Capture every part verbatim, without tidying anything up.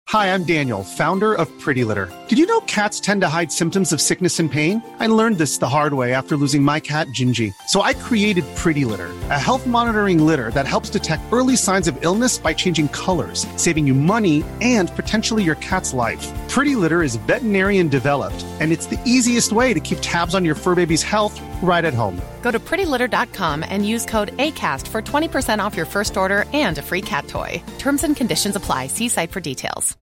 Hi, I'm Daniel, founder of Pretty Litter. Did you know cats tend to hide symptoms of sickness and pain? I learned this the hard way after losing my cat, Gingy. So I created Pretty Litter, a health monitoring litter that helps detect early signs of illness by changing colors, saving you money and potentially your cat's life. Pretty Litter is veterinarian developed, and it's the easiest way to keep tabs on your fur baby's health right at home. Go to pretty litter dot com and use code ACAST for twenty percent off your first order and a free cat toy. Terms and conditions apply. See site for details.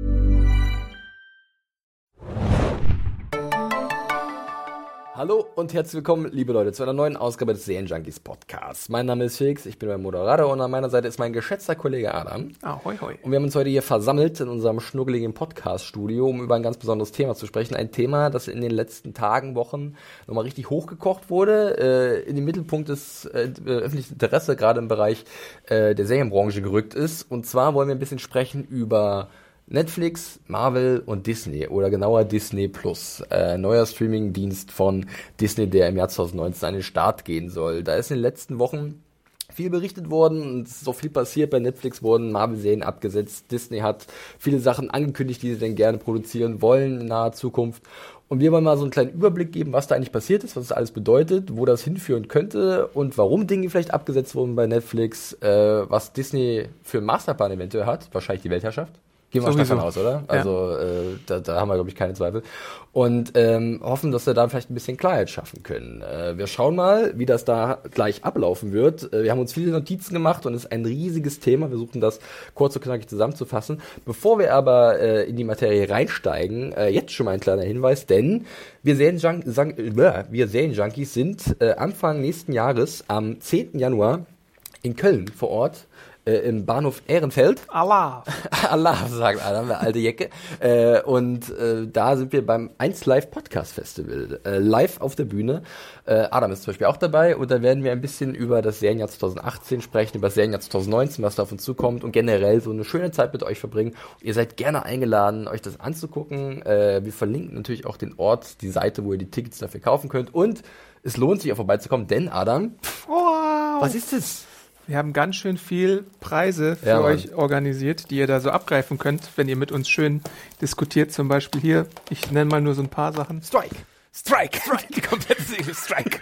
Hallo und herzlich willkommen, liebe Leute, zu einer neuen Ausgabe des Serienjunkies Podcasts. Mein Name ist Felix, ich bin mein Moderator und an meiner Seite ist mein geschätzter Kollege Adam. Ahoi, hoi. Und wir haben uns heute hier versammelt in unserem schnuggeligen Podcast-Studio, um über ein ganz besonderes Thema zu sprechen. Ein Thema, das in den letzten Tagen, Wochen nochmal richtig hochgekocht wurde, äh, in den Mittelpunkt des äh, öffentlichen Interesse, gerade im Bereich äh, der Serienbranche gerückt ist. Und zwar wollen wir ein bisschen sprechen über Netflix, Marvel und Disney oder genauer Disney Plus, äh, neuer Streaming-Dienst von Disney, der im Jahr zwanzig neunzehn an den Start gehen soll. Da ist in den letzten Wochen viel berichtet worden und es ist so viel passiert. Bei Netflix wurden Marvel-Serien abgesetzt. Disney hat viele Sachen angekündigt, die sie denn gerne produzieren wollen in naher Zukunft. Und wir wollen mal so einen kleinen Überblick geben, was da eigentlich passiert ist, was das alles bedeutet, wo das hinführen könnte und warum Dinge vielleicht abgesetzt wurden bei Netflix, äh, was Disney für einen Masterplan eventuell hat, wahrscheinlich die Weltherrschaft. Gehen wir davon aus, oder? Also ja. äh, da, da haben wir, glaube ich, keine Zweifel. Und ähm, hoffen, dass wir da vielleicht ein bisschen Klarheit schaffen können. Äh, wir schauen mal, wie das da gleich ablaufen wird. Äh, wir haben uns viele Notizen gemacht und es ist ein riesiges Thema. Wir versuchen das kurz und knackig zusammenzufassen. Bevor wir aber äh, in die Materie reinsteigen, äh, jetzt schon mal ein kleiner Hinweis, denn wir Serienjunkies äh, wir Serienjunkies sind äh, Anfang nächsten Jahres am zehnten Januar in Köln vor Ort. Äh, im Bahnhof Ehrenfeld. Allah. Allah, sagt Adam, der alte Jecke. Äh, und äh, da sind wir beim eins Live Podcast Festival. Äh, live auf der Bühne. Äh, Adam ist zum Beispiel auch dabei. Und da werden wir ein bisschen über das Serienjahr zwanzig achtzehn sprechen, über das Serienjahr zwanzig neunzehn, was da auf uns zukommt und generell so eine schöne Zeit mit euch verbringen. Und ihr seid gerne eingeladen, euch das anzugucken. Äh, wir verlinken natürlich auch den Ort, die Seite, wo ihr die Tickets dafür kaufen könnt. Und es lohnt sich auch vorbeizukommen, denn Adam, wow. Was ist das? Wir haben ganz schön viel Preise für ja, euch organisiert, die ihr da so abgreifen könnt, wenn ihr mit uns schön diskutiert. Zum Beispiel hier, ich nenne mal nur so ein paar Sachen. Strike! Strike! Strike! Die komplette Serie, Strike!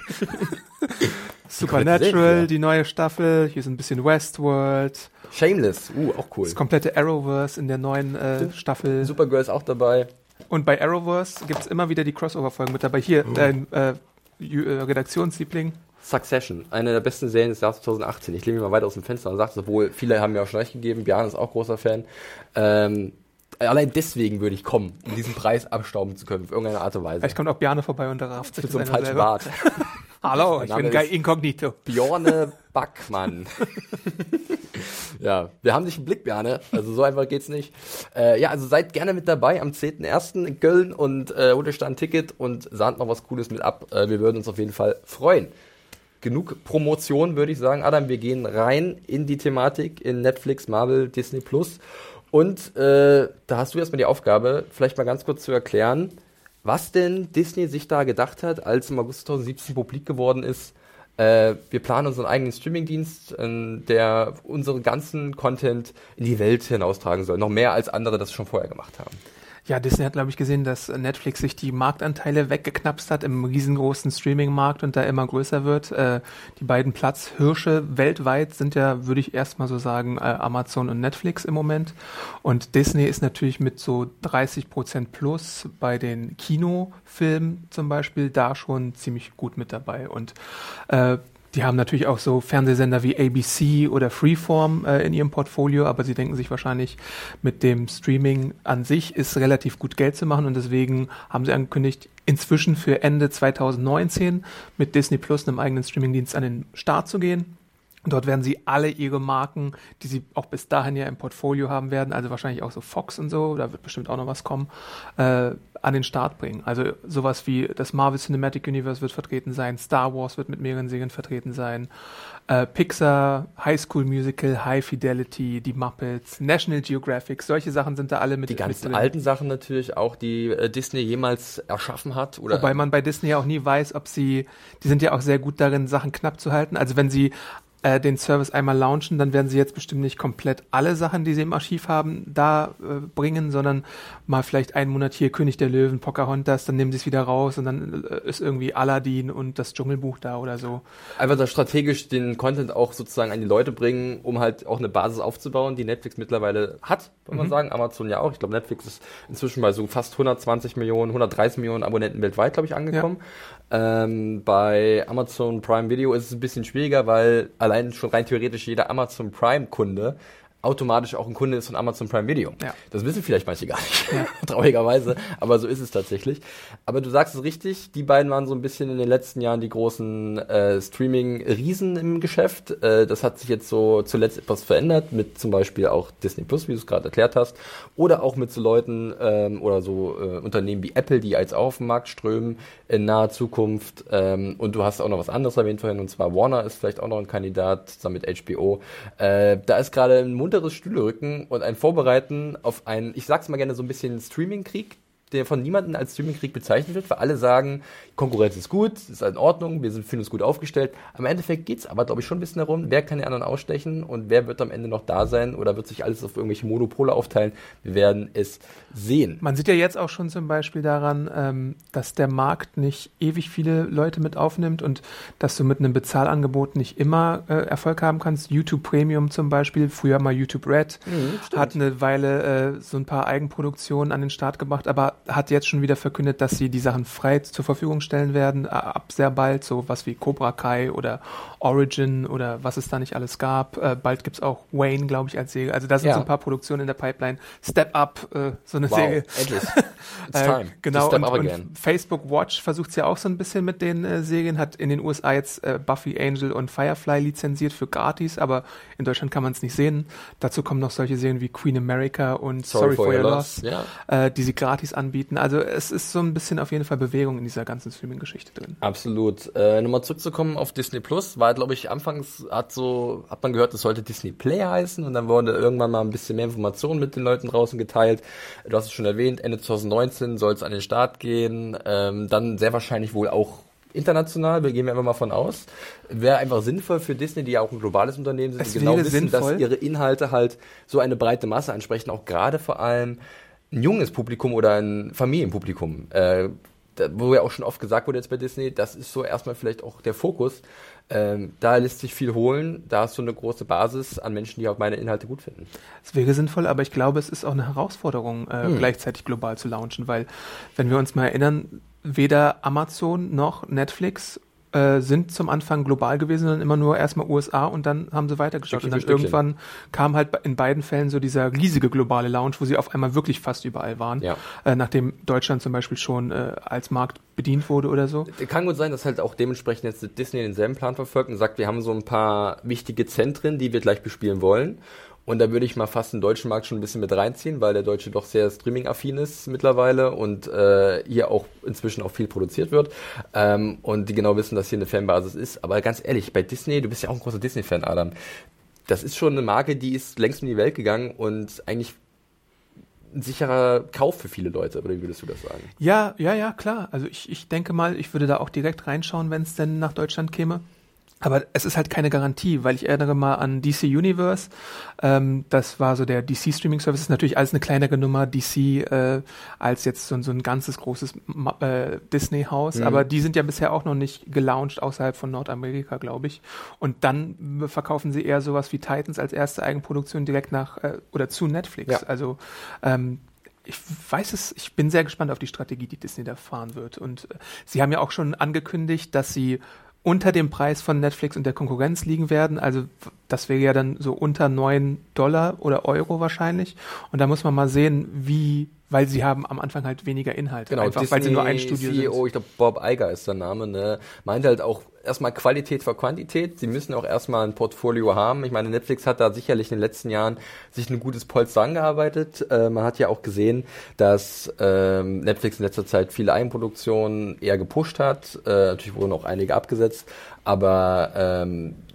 Supernatural, Serie, ja. Die neue Staffel. Hier ist ein bisschen Westworld. Shameless, uh, auch cool. Das komplette Arrowverse in der neuen äh, Staffel. Supergirl ist auch dabei. Und bei Arrowverse gibt es immer wieder die Crossover-Folgen mit dabei. Hier, oh. dein äh, Redaktionsliebling. Succession, eine der besten Serien des Jahres zwanzig achtzehn. Ich lehne mich mal weiter aus dem Fenster und sage, obwohl viele haben mir auch schon recht gegeben, Björn ist auch großer Fan. Ähm, allein deswegen würde ich kommen, um diesen Preis abstauben zu können, auf irgendeine Art und Weise. Vielleicht kommt auch Bjarne vorbei und rafft sich mit so einem selber. falschen Bart. Hallo, ich bin Guy Incognito. Bjorne Backmann. Ja, wir haben dich im Blick, Björne. Also so einfach geht's nicht. Äh, ja, also seid gerne mit dabei am zehnten ersten in Köln und äh, holt euch da ein Ticket und sahnt noch was Cooles mit ab. Äh, wir würden uns auf jeden Fall freuen. Genug Promotion, würde ich sagen. Adam, wir gehen rein in die Thematik in Netflix, Marvel, Disney Plus. Und äh, da hast du erstmal die Aufgabe, vielleicht mal ganz kurz zu erklären, was denn Disney sich da gedacht hat, als im August zwanzig siebzehn publik geworden ist. Äh, wir planen unseren eigenen Streamingdienst, äh, der unseren ganzen Content in die Welt hinaustragen soll. Noch mehr als andere das schon vorher gemacht haben. Ja, Disney hat, glaube ich, gesehen, dass Netflix sich die Marktanteile weggeknapst hat im riesengroßen Streaming-Markt und da immer größer wird. Äh, die beiden Platzhirsche weltweit sind ja, würde ich erstmal so sagen, äh, Amazon und Netflix im Moment. Und Disney ist natürlich mit so dreißig Prozent plus bei den Kinofilmen zum Beispiel da schon ziemlich gut mit dabei. Und äh, die haben natürlich auch so Fernsehsender wie A B C oder Freeform äh, in ihrem Portfolio, aber sie denken sich wahrscheinlich, mit dem Streaming an sich ist relativ gut Geld zu machen und deswegen haben sie angekündigt, inzwischen für Ende zwanzig neunzehn mit Disney Plus, einem eigenen Streamingdienst, an den Start zu gehen. Und dort werden sie alle ihre Marken, die sie auch bis dahin ja im Portfolio haben werden, also wahrscheinlich auch so Fox und so, da wird bestimmt auch noch was kommen, äh, an den Start bringen. Also sowas wie das Marvel Cinematic Universe wird vertreten sein, Star Wars wird mit mehreren Serien vertreten sein, äh, Pixar, High School Musical, High Fidelity, die Muppets, National Geographic, solche Sachen sind da alle mit. Die ganzen mit alten Sachen natürlich auch, die äh, Disney jemals erschaffen hat. Oder Wobei man bei Disney ja auch nie weiß, ob sie, die sind ja auch sehr gut darin, Sachen knapp zu halten. Also wenn sie äh, den Service einmal launchen, dann werden sie jetzt bestimmt nicht komplett alle Sachen, die sie im Archiv haben, da äh, bringen, sondern mal vielleicht einen Monat hier König der Löwen, Pocahontas, dann nehmen sie es wieder raus und dann äh, ist irgendwie Aladdin und das Dschungelbuch da oder so. Einfach da strategisch den Content auch sozusagen an die Leute bringen, um halt auch eine Basis aufzubauen, die Netflix mittlerweile hat, kann man mhm. sagen, Amazon ja auch. Ich glaube, Netflix ist inzwischen bei so fast hundertzwanzig Millionen, hundertdreißig Millionen Abonnenten weltweit, glaube ich, angekommen. Ja. Ähm, bei Amazon Prime Video ist es ein bisschen schwieriger, weil allein schon rein theoretisch jeder Amazon Prime-Kunde automatisch auch ein Kunde ist von Amazon Prime Video. Ja. Das wissen vielleicht manche gar nicht, ja. traurigerweise, aber so ist es tatsächlich. Aber du sagst es richtig, die beiden waren so ein bisschen in den letzten Jahren die großen äh, Streaming-Riesen im Geschäft. Äh, das hat sich jetzt so zuletzt etwas verändert, mit zum Beispiel auch Disney Plus, wie du es gerade erklärt hast, oder auch mit so Leuten ähm, oder so äh, Unternehmen wie Apple, die jetzt auch auf den Markt strömen in naher Zukunft. Ähm, und du hast auch noch was anderes erwähnt vorhin, und zwar Warner ist vielleicht auch noch ein Kandidat, zusammen mit H B O. Äh, da ist gerade ein munteres Stühlerücken und ein Vorbereiten auf einen, ich sag's mal gerne so ein bisschen Streaming-Krieg, der von niemandem als Streaming-Krieg bezeichnet wird, weil alle sagen, Konkurrenz ist gut, ist in Ordnung, wir sind, fühlen uns gut aufgestellt. Am Endeffekt geht's aber, glaube ich, schon ein bisschen darum, wer kann den anderen ausstechen und wer wird am Ende noch da sein oder wird sich alles auf irgendwelche Monopole aufteilen. Wir werden es sehen. Man sieht ja jetzt auch schon zum Beispiel daran, ähm, dass der Markt nicht ewig viele Leute mit aufnimmt und dass du mit einem Bezahlangebot nicht immer äh, Erfolg haben kannst. YouTube Premium zum Beispiel, früher mal YouTube Red, mhm, hat eine Weile äh, so ein paar Eigenproduktionen an den Start gebracht, aber hat jetzt schon wieder verkündet, dass sie die Sachen frei zur Verfügung stellen werden, ab sehr bald, so was wie Cobra Kai oder Origin oder was es da nicht alles gab. Äh, bald gibt's auch Wayne, glaube ich, als Serie. Also da sind ja. so ein paar Produktionen in der Pipeline. Step Up, äh, so eine wow, Serie. Endlich. It's time. äh, genau, und, und Facebook Watch versucht es ja auch so ein bisschen mit den äh, Serien, hat in den U S A jetzt äh, Buffy, Angel und Firefly lizenziert für gratis, aber in Deutschland kann man es nicht sehen. Dazu kommen noch solche Serien wie Queen America und Sorry, Sorry for, for Your Loss, ja. äh, die sie gratis anbieten. Also es ist so ein bisschen auf jeden Fall Bewegung in dieser ganzen Streaming-Geschichte drin. Absolut. Äh, nochmal zurückzukommen auf Disney Plus, war, glaube ich, anfangs hat so, hat man gehört, es sollte Disney Play heißen und dann wurde irgendwann mal ein bisschen mehr Informationen mit den Leuten draußen geteilt. Du hast es schon erwähnt, Ende zwanzig neunzehn soll es an den Start gehen, ähm, dann sehr wahrscheinlich wohl auch international, wir gehen wir einfach mal von aus. Wäre einfach sinnvoll für Disney, die ja auch ein globales Unternehmen sind, die genau wissen, sinnvoll. dass ihre Inhalte halt so eine breite Masse ansprechen, auch gerade vor allem ein junges Publikum oder ein Familienpublikum, äh, da, wo ja auch schon oft gesagt wurde jetzt bei Disney, das ist so erstmal vielleicht auch der Fokus. Ähm, da lässt sich viel holen, da hast du eine große Basis an Menschen, die auch meine Inhalte gut finden. Es wäre sinnvoll, aber ich glaube, es ist auch eine Herausforderung, äh, hm. gleichzeitig global zu launchen, weil, wenn wir uns mal erinnern, weder Amazon noch Netflix äh, sind zum Anfang global gewesen, sondern immer nur erstmal U S A und dann haben sie weitergeschaut. Und dann irgendwann kam halt in beiden Fällen so dieser riesige globale Launch, wo sie auf einmal wirklich fast überall waren, ja. äh, nachdem Deutschland zum Beispiel schon äh, als Markt bedient wurde oder so. Kann gut sein, dass halt auch dementsprechend jetzt Disney denselben Plan verfolgt und sagt, wir haben so ein paar wichtige Zentren, die wir gleich bespielen wollen. Und da würde ich mal fast den deutschen Markt schon ein bisschen mit reinziehen, weil der Deutsche doch sehr streaming-affin ist mittlerweile und äh, hier auch inzwischen auch viel produziert wird ähm, und die genau wissen, dass hier eine Fanbasis ist. Aber ganz ehrlich, bei Disney, du bist ja auch ein großer Disney-Fan, Adam, das ist schon eine Marke, die ist längst in die Welt gegangen und eigentlich ein sicherer Kauf für viele Leute, oder wie würdest du das sagen? Ja, ja, ja, klar. Also ich, ich denke mal, ich würde da auch direkt reinschauen, wenn es denn nach Deutschland käme. Aber es ist halt keine Garantie, weil ich erinnere mal an D C Universe. Ähm, das war so der D C Streaming Service. Das ist natürlich alles eine kleinere Nummer, D C, äh, als jetzt so, so ein ganzes großes äh, Disney-Haus. Mhm. Aber die sind ja bisher auch noch nicht gelauncht außerhalb von Nordamerika, glaube ich. Und dann verkaufen sie eher sowas wie Titans als erste Eigenproduktion direkt nach äh, oder zu Netflix. Ja. Also ähm, ich weiß es, ich bin sehr gespannt auf die Strategie, die Disney da fahren wird. Und äh, sie haben ja auch schon angekündigt, dass sie unter dem Preis von Netflix und der Konkurrenz liegen werden. Also das wäre ja dann so unter neun Dollar oder Euro wahrscheinlich. Und da muss man mal sehen, wie, weil sie haben am Anfang halt weniger Inhalte. Genau, einfach Disney weil sie nur ein Studio C E O, sind. Ich glaube Bob Iger ist der Name, ne, meint halt auch erstmal Qualität vor Quantität. Sie müssen auch erstmal ein Portfolio haben. Ich meine, Netflix hat da sicherlich in den letzten Jahren sich ein gutes Polster angearbeitet. Äh, man hat ja auch gesehen, dass ähm, Netflix in letzter Zeit viele Eigenproduktionen eher gepusht hat. Äh, natürlich wurden auch einige abgesetzt, aber ähm,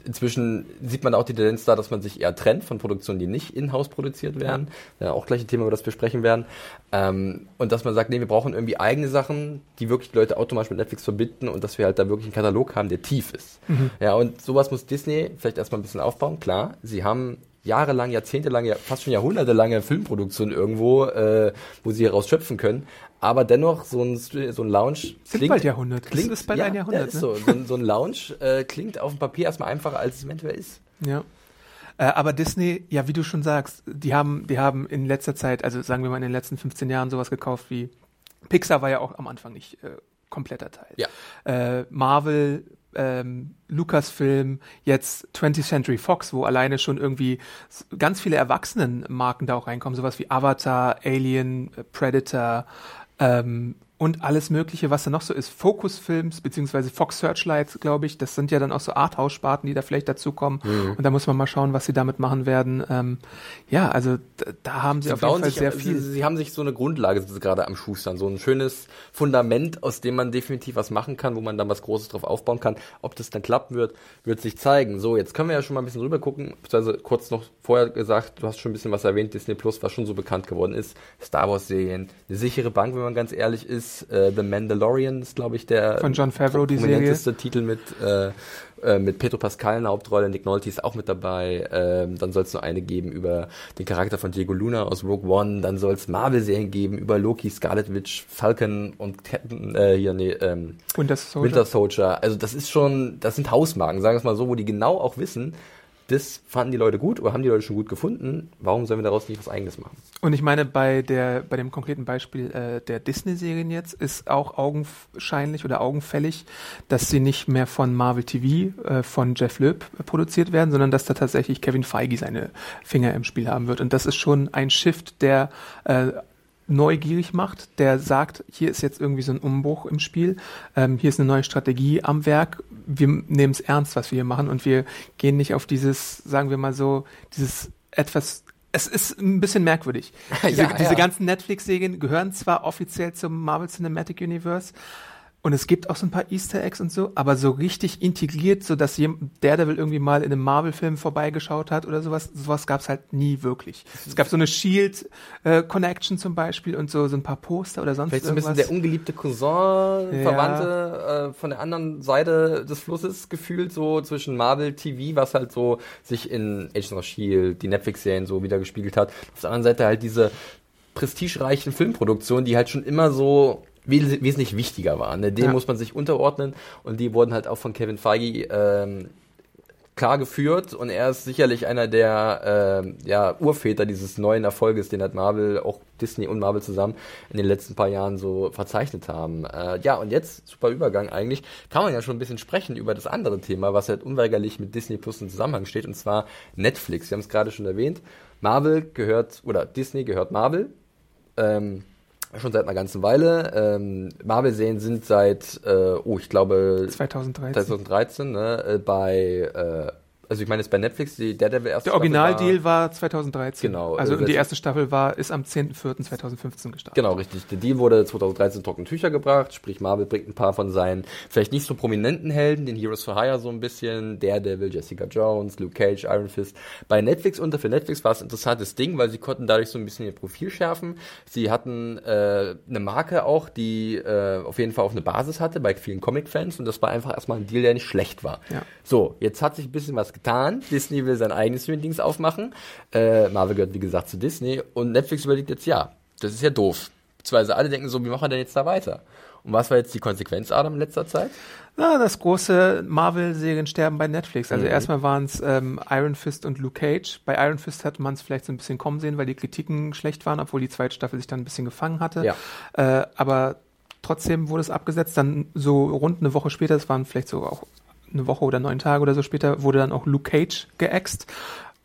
inzwischen sieht man auch die Tendenz da, dass man sich eher trennt von Produktionen, die nicht in-house produziert werden. Ja. Ja, auch gleich ein Thema, über das wir sprechen werden. Ähm, und dass man sagt, nee, wir brauchen irgendwie eigene Sachen, die wirklich die Leute automatisch mit Netflix verbinden und dass wir halt da wirklich einen Katalog haben, der tief ist. Mhm. Ja, und sowas muss Disney vielleicht erstmal ein bisschen aufbauen. Klar, sie haben jahrelang, jahrzehntelang, ja, fast schon jahrhundertelange Filmproduktion irgendwo, äh, wo sie heraus schöpfen können. Aber dennoch, so ein, so ein Lounge Sind klingt... bald Jahrhundert. Klingt, das ist bald ja, ein Jahrhundert, ist ne? so. So ein, so ein Lounge äh, klingt auf dem Papier erstmal einfacher, als es eventuell ist. Ja. Äh, aber Disney, ja, wie du schon sagst, die haben, die haben in letzter Zeit, also sagen wir mal in den letzten fünfzehn Jahren sowas gekauft wie Pixar war ja auch am Anfang nicht äh, kompletter Teil. Ja. Äh, Marvel, ähm, Lucasfilm, jetzt twentieth Century Fox, wo alleine schon irgendwie ganz viele Erwachsenenmarken da auch reinkommen, sowas wie Avatar, Alien, Predator, ähm, und alles Mögliche, was da noch so ist. Focus Films, beziehungsweise Fox Searchlight, glaube ich, das sind ja dann auch so Arthouse-Sparten, die da vielleicht dazukommen. Mhm. Und da muss man mal schauen, was sie damit machen werden. Ähm, ja, also da, da haben sie, sie auf jeden Fall sich, sehr viel. Sie, sie haben sich so eine Grundlage gerade am Schustern, so ein schönes Fundament, aus dem man definitiv was machen kann, wo man dann was Großes drauf aufbauen kann. Ob das dann klappen wird, wird sich zeigen. So, jetzt können wir ja schon mal ein bisschen rüber gucken, beziehungsweise kurz noch vorher gesagt, du hast schon ein bisschen was erwähnt, Disney Plus, was schon so bekannt geworden ist. Star Wars-Serien, eine sichere Bank, wenn man ganz ehrlich ist. Uh, The Mandalorian ist, glaube ich, der von Jon Favreau die prominenteste Serie. Titel mit, äh, äh, mit Pedro Pascal in der Hauptrolle, Nick Nolte ist auch mit dabei. Ähm, dann soll es noch eine geben über den Charakter von Diego Luna aus Rogue One. Dann soll es Marvel-Serien geben über Loki, Scarlet Witch, Falcon und Captain, äh, hier, nee, ähm, Winter Soldier. Winter Soldier. Also das ist schon, das sind Hausmarken, sagen wir es mal so, wo die genau auch wissen, das fanden die Leute gut oder haben die Leute schon gut gefunden. Warum sollen wir daraus nicht was Eigenes machen? Und ich meine, bei der bei dem konkreten Beispiel äh, der Disney-Serien jetzt ist auch augenscheinlich oder augenfällig, dass sie nicht mehr von Marvel T V, äh, von Jeff Loeb äh, produziert werden, sondern dass da tatsächlich Kevin Feige seine Finger im Spiel haben wird. Und das ist schon ein Shift, der äh, neugierig macht, der sagt, hier ist jetzt irgendwie so ein Umbruch im Spiel, ähm, hier ist eine neue Strategie am Werk, wir nehmen es ernst, was wir hier machen und wir gehen nicht auf dieses, sagen wir mal so, dieses etwas, es ist ein bisschen merkwürdig. Diese, ja, ja. diese ganzen Netflix-Serien gehören zwar offiziell zum Marvel Cinematic Universe, und es gibt auch so ein paar Easter Eggs und so, aber so richtig integriert, so dass jemand, Daredevil irgendwie mal in einem Marvel-Film vorbeigeschaut hat oder sowas, sowas gab's halt nie wirklich. Es gab so eine Shield-Connection äh, zum Beispiel und so, so ein paar Poster oder sonst Vielleicht irgendwas. Vielleicht so ein bisschen der ungeliebte Cousin, ja. Verwandte äh, von der anderen Seite des Flusses gefühlt, so zwischen Marvel T V, was halt so sich in Agents of Shield, die Netflix-Serien so wieder gespiegelt hat. Auf der anderen Seite halt diese prestigereichen Filmproduktionen, die halt schon immer so wesentlich wichtiger waren. Ne? Dem ja. muss man sich unterordnen und die wurden halt auch von Kevin Feige ähm, klar geführt und er ist sicherlich einer der ähm, ja, Urväter dieses neuen Erfolges, den halt Marvel, auch Disney und Marvel zusammen in den letzten paar Jahren so verzeichnet haben. Äh, ja, und jetzt, super Übergang eigentlich, kann man ja schon ein bisschen sprechen über das andere Thema, was halt unweigerlich mit Disney Plus in Zusammenhang steht, und zwar Netflix. Wir haben es gerade schon erwähnt. Marvel gehört, oder Disney gehört Marvel, ähm, schon seit einer ganzen Weile. Ähm, Marvel-Serien sind seit, äh, oh, ich glaube... zwanzig dreizehn. zwanzig dreizehn, ne, äh, bei, äh, also ich meine jetzt bei Netflix, die Daredevil erste Der Originaldeal war, war zwanzig dreizehn. Genau. Also äh, die erste Staffel war, ist am zehnten vierten zweitausendfünfzehn gestartet. Genau, richtig. Der Deal wurde zwanzig dreizehn in trockene Tücher gebracht, sprich Marvel bringt ein paar von seinen vielleicht nicht so prominenten Helden, den Heroes for Hire so ein bisschen, Daredevil, Jessica Jones, Luke Cage, Iron Fist. Bei Netflix unter für Netflix war es ein interessantes Ding, weil sie konnten dadurch so ein bisschen ihr Profil schärfen. Sie hatten äh, eine Marke auch, die äh, auf jeden Fall auch eine Basis hatte bei vielen Comic-Fans, und das war einfach erstmal ein Deal, der nicht schlecht war. Ja. So, jetzt hat sich ein bisschen was getan. Disney will sein eigenes Dings aufmachen. Äh, Marvel gehört, wie gesagt, zu Disney. Und Netflix überlegt jetzt, ja, das ist ja doof. Beziehungsweise alle denken so, wie machen wir denn jetzt da weiter? Und was war jetzt die Konsequenz, Adam, in letzter Zeit? Na, das große Marvel-Serien sterben bei Netflix. Also mhm. erstmal waren es ähm, Iron Fist und Luke Cage. Bei Iron Fist hat man es vielleicht so ein bisschen kommen sehen, weil die Kritiken schlecht waren, obwohl die zweite Staffel sich dann ein bisschen gefangen hatte. Ja. Äh, aber trotzdem wurde es abgesetzt. Dann so rund eine Woche später, das waren vielleicht so auch eine Woche oder neun Tage oder so später, wurde dann auch Luke Cage geäxt.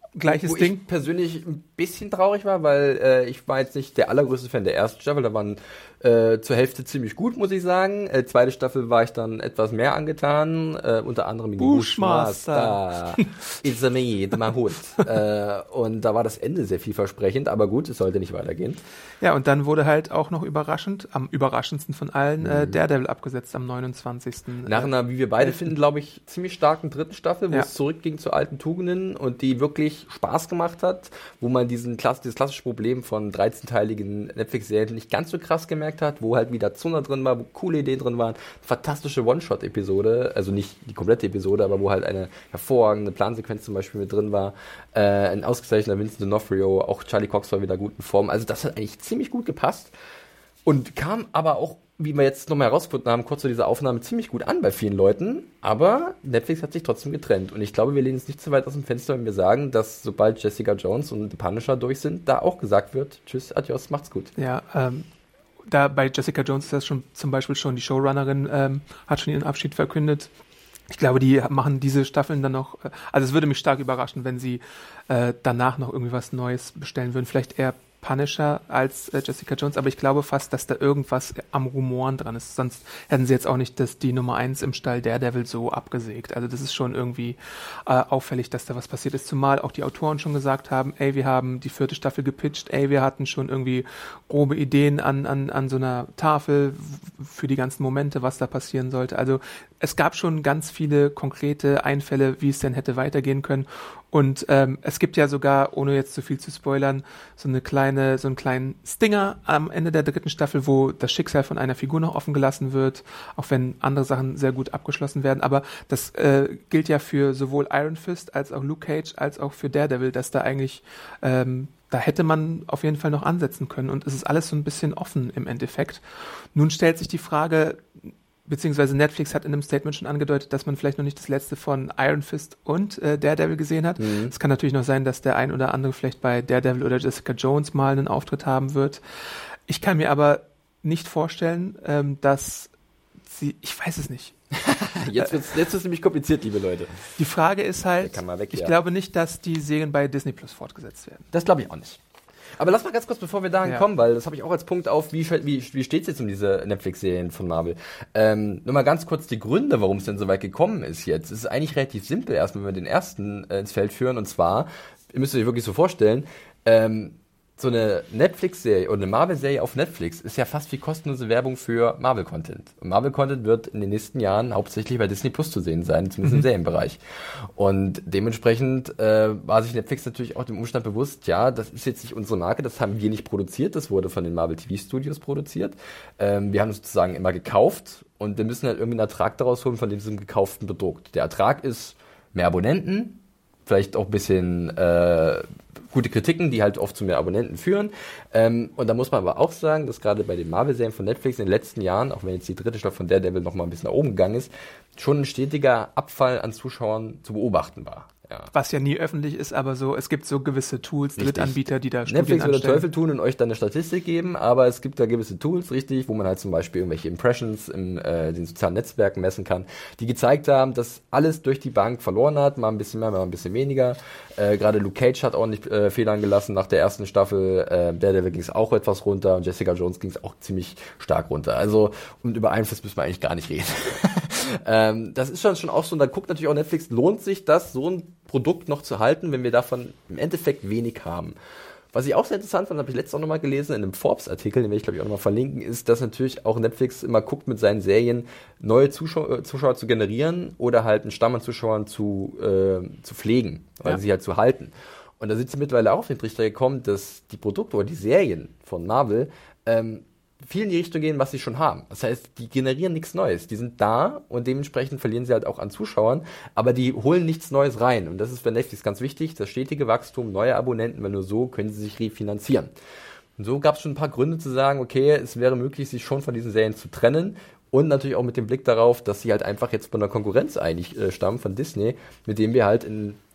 Gleiches Wo Ding. ich persönlich ein bisschen traurig war, weil äh, ich war jetzt nicht der allergrößte Fan der ersten Staffel. Da waren äh, zur Hälfte ziemlich gut, muss ich sagen. Äh, zweite Staffel war ich dann etwas mehr angetan. Äh, unter anderem in Bushmaster. It's a me, the Mahut. äh, und da war das Ende sehr vielversprechend. Aber gut, es sollte nicht weitergehen. Ja, und dann wurde halt auch noch überraschend, am überraschendsten von allen, äh, Daredevil abgesetzt am neunundzwanzigsten Nach einer, wie wir beide finden, glaube ich, ziemlich starken dritten Staffel, wo Ja. es zurückging zu alten Tugenden und die wirklich Spaß gemacht hat, wo man diesen Klass, dieses klassische Problem von dreizehnteiligen Netflix-Serien nicht ganz so krass gemerkt hat, wo halt wieder Zunder drin war, wo coole Ideen drin waren, fantastische One-Shot-Episode, also nicht die komplette Episode, aber wo halt eine hervorragende Plansequenz zum Beispiel mit drin war, äh, ein ausgezeichneter Vincent D'Onofrio, auch Charlie Cox war wieder gut in Form, also das hat eigentlich ziemlich gut gepasst und kam aber auch, wie wir jetzt nochmal herausgefunden haben, kurz zu dieser Aufnahme ziemlich gut an bei vielen Leuten, aber Netflix hat sich trotzdem getrennt und ich glaube, wir lehnen es nicht zu weit aus dem Fenster, wenn wir sagen, dass sobald Jessica Jones und The Punisher durch sind, da auch gesagt wird, tschüss, adios, macht's gut. Ja, ähm, da bei Jessica Jones ist das schon zum Beispiel schon die Showrunnerin, ähm, hat schon ihren Abschied verkündet. Ich glaube, die machen diese Staffeln dann noch, äh, also es würde mich stark überraschen, wenn sie äh, danach noch irgendwie was Neues bestellen würden. Vielleicht eher Punisher als äh, Jessica Jones, aber ich glaube fast, dass da irgendwas am Rumoren dran ist. Sonst hätten sie jetzt auch nicht das, die Nummer eins im Stall Daredevil so abgesägt. Also das ist schon irgendwie äh, auffällig, dass da was passiert ist. Zumal auch die Autoren schon gesagt haben, ey, wir haben die vierte Staffel gepitcht, ey, wir hatten schon irgendwie grobe Ideen an, an, an so einer Tafel für die ganzen Momente, was da passieren sollte. Also es gab schon ganz viele konkrete Einfälle, wie es denn hätte weitergehen können. Und ähm, es gibt ja sogar, ohne jetzt zu viel zu spoilern, so eine kleine, so einen kleinen Stinger am Ende der dritten Staffel, wo das Schicksal von einer Figur noch offen gelassen wird, auch wenn andere Sachen sehr gut abgeschlossen werden. Aber das äh, gilt ja für sowohl Iron Fist als auch Luke Cage als auch für Daredevil, dass da eigentlich ähm, da hätte man auf jeden Fall noch ansetzen können. Und es ist alles so ein bisschen offen im Endeffekt. Nun stellt sich die Frage, beziehungsweise Netflix hat in einem Statement schon angedeutet, dass man vielleicht noch nicht das letzte von Iron Fist und äh, Daredevil gesehen hat. Mhm. Es kann natürlich noch sein, dass der ein oder andere vielleicht bei Daredevil oder Jessica Jones mal einen Auftritt haben wird. Ich kann mir aber nicht vorstellen, ähm, dass sie, ich weiß es nicht. Jetzt wird's, jetzt wird's nämlich kompliziert, liebe Leute. Die Frage ist halt, Der kann mal weg, ich ja. glaube nicht, dass die Serien bei Disney Plus fortgesetzt werden. Das glaube ich auch nicht. Aber lass mal ganz kurz, bevor wir dahin Ja. kommen, weil das habe ich auch als Punkt auf, wie, wie, wie steht es jetzt um diese Netflix-Serien von Marvel? Ähm, nur mal ganz kurz die Gründe, warum es denn so weit gekommen ist jetzt. Es ist eigentlich relativ simpel, erstmal, wenn wir den ersten äh, ins Feld führen. Und zwar, ihr müsst euch wirklich so vorstellen, ähm, so eine Netflix-Serie oder eine Marvel-Serie auf Netflix ist ja fast wie kostenlose Werbung für Marvel-Content. Und Marvel-Content wird in den nächsten Jahren hauptsächlich bei Disney Plus zu sehen sein, zumindest im Serienbereich. Und dementsprechend äh, war sich Netflix natürlich auch dem Umstand bewusst, ja, das ist jetzt nicht unsere Marke, das haben wir nicht produziert, das wurde von den Marvel-T V-Studios produziert. Ähm, wir haben es sozusagen immer gekauft und wir müssen halt irgendwie einen Ertrag daraus holen von diesem gekauften Produkt. Der Ertrag ist mehr Abonnenten, vielleicht auch ein bisschen äh, gute Kritiken, die halt oft zu mehr Abonnenten führen. Ähm, und da muss man aber auch sagen, dass gerade bei den Marvel-Serien von Netflix in den letzten Jahren, auch wenn jetzt die dritte Staffel von Daredevil noch mal ein bisschen nach oben gegangen ist, schon ein stetiger Abfall an Zuschauern zu beobachten war. Ja. Was ja nie öffentlich ist, aber so, es gibt so gewisse Tools, Richtig. Drittanbieter, die da Netflix Studien würde anstellen. Teufel tun und euch dann eine Statistik geben, aber es gibt da gewisse Tools, richtig, wo man halt zum Beispiel irgendwelche Impressions in äh, den sozialen Netzwerken messen kann, die gezeigt haben, dass alles durch die Bank verloren hat, mal ein bisschen mehr, mal ein bisschen weniger. Äh, Gerade Luke Cage hat ordentlich äh, Fehlern gelassen nach der ersten Staffel, äh, Daredevil ging es auch etwas runter und Jessica Jones ging es auch ziemlich stark runter. Also, und über Einfluss müssen wir eigentlich gar nicht reden. ähm, das ist schon, schon auch so, und da guckt natürlich auch Netflix, lohnt sich das, so ein Produkt noch zu halten, wenn wir davon im Endeffekt wenig haben. Was ich auch sehr interessant fand, habe ich letztens auch nochmal gelesen in einem Forbes-Artikel, den werde ich glaube ich auch nochmal verlinken, ist, dass natürlich auch Netflix immer guckt mit seinen Serien, neue Zuschauer, Zuschauer zu generieren oder halt einen Stamm an Zuschauern zu, äh, zu pflegen, weil Ja. sie halt zu halten. Und da sind sie mittlerweile auch auf den Trichter gekommen, dass die Produkte oder die Serien von Marvel ähm, viel in die Richtung gehen, was sie schon haben. Das heißt, die generieren nichts Neues. Die sind da und dementsprechend verlieren sie halt auch an Zuschauern, aber die holen nichts Neues rein. Und das ist für Netflix ganz wichtig, das stetige Wachstum, neue Abonnenten, weil nur so können sie sich refinanzieren. Und so gab es schon ein paar Gründe zu sagen, okay, es wäre möglich, sich schon von diesen Serien zu trennen und natürlich auch mit dem Blick darauf, dass sie halt einfach jetzt von der Konkurrenz eigentlich äh, stammen, von Disney, mit dem wir halt in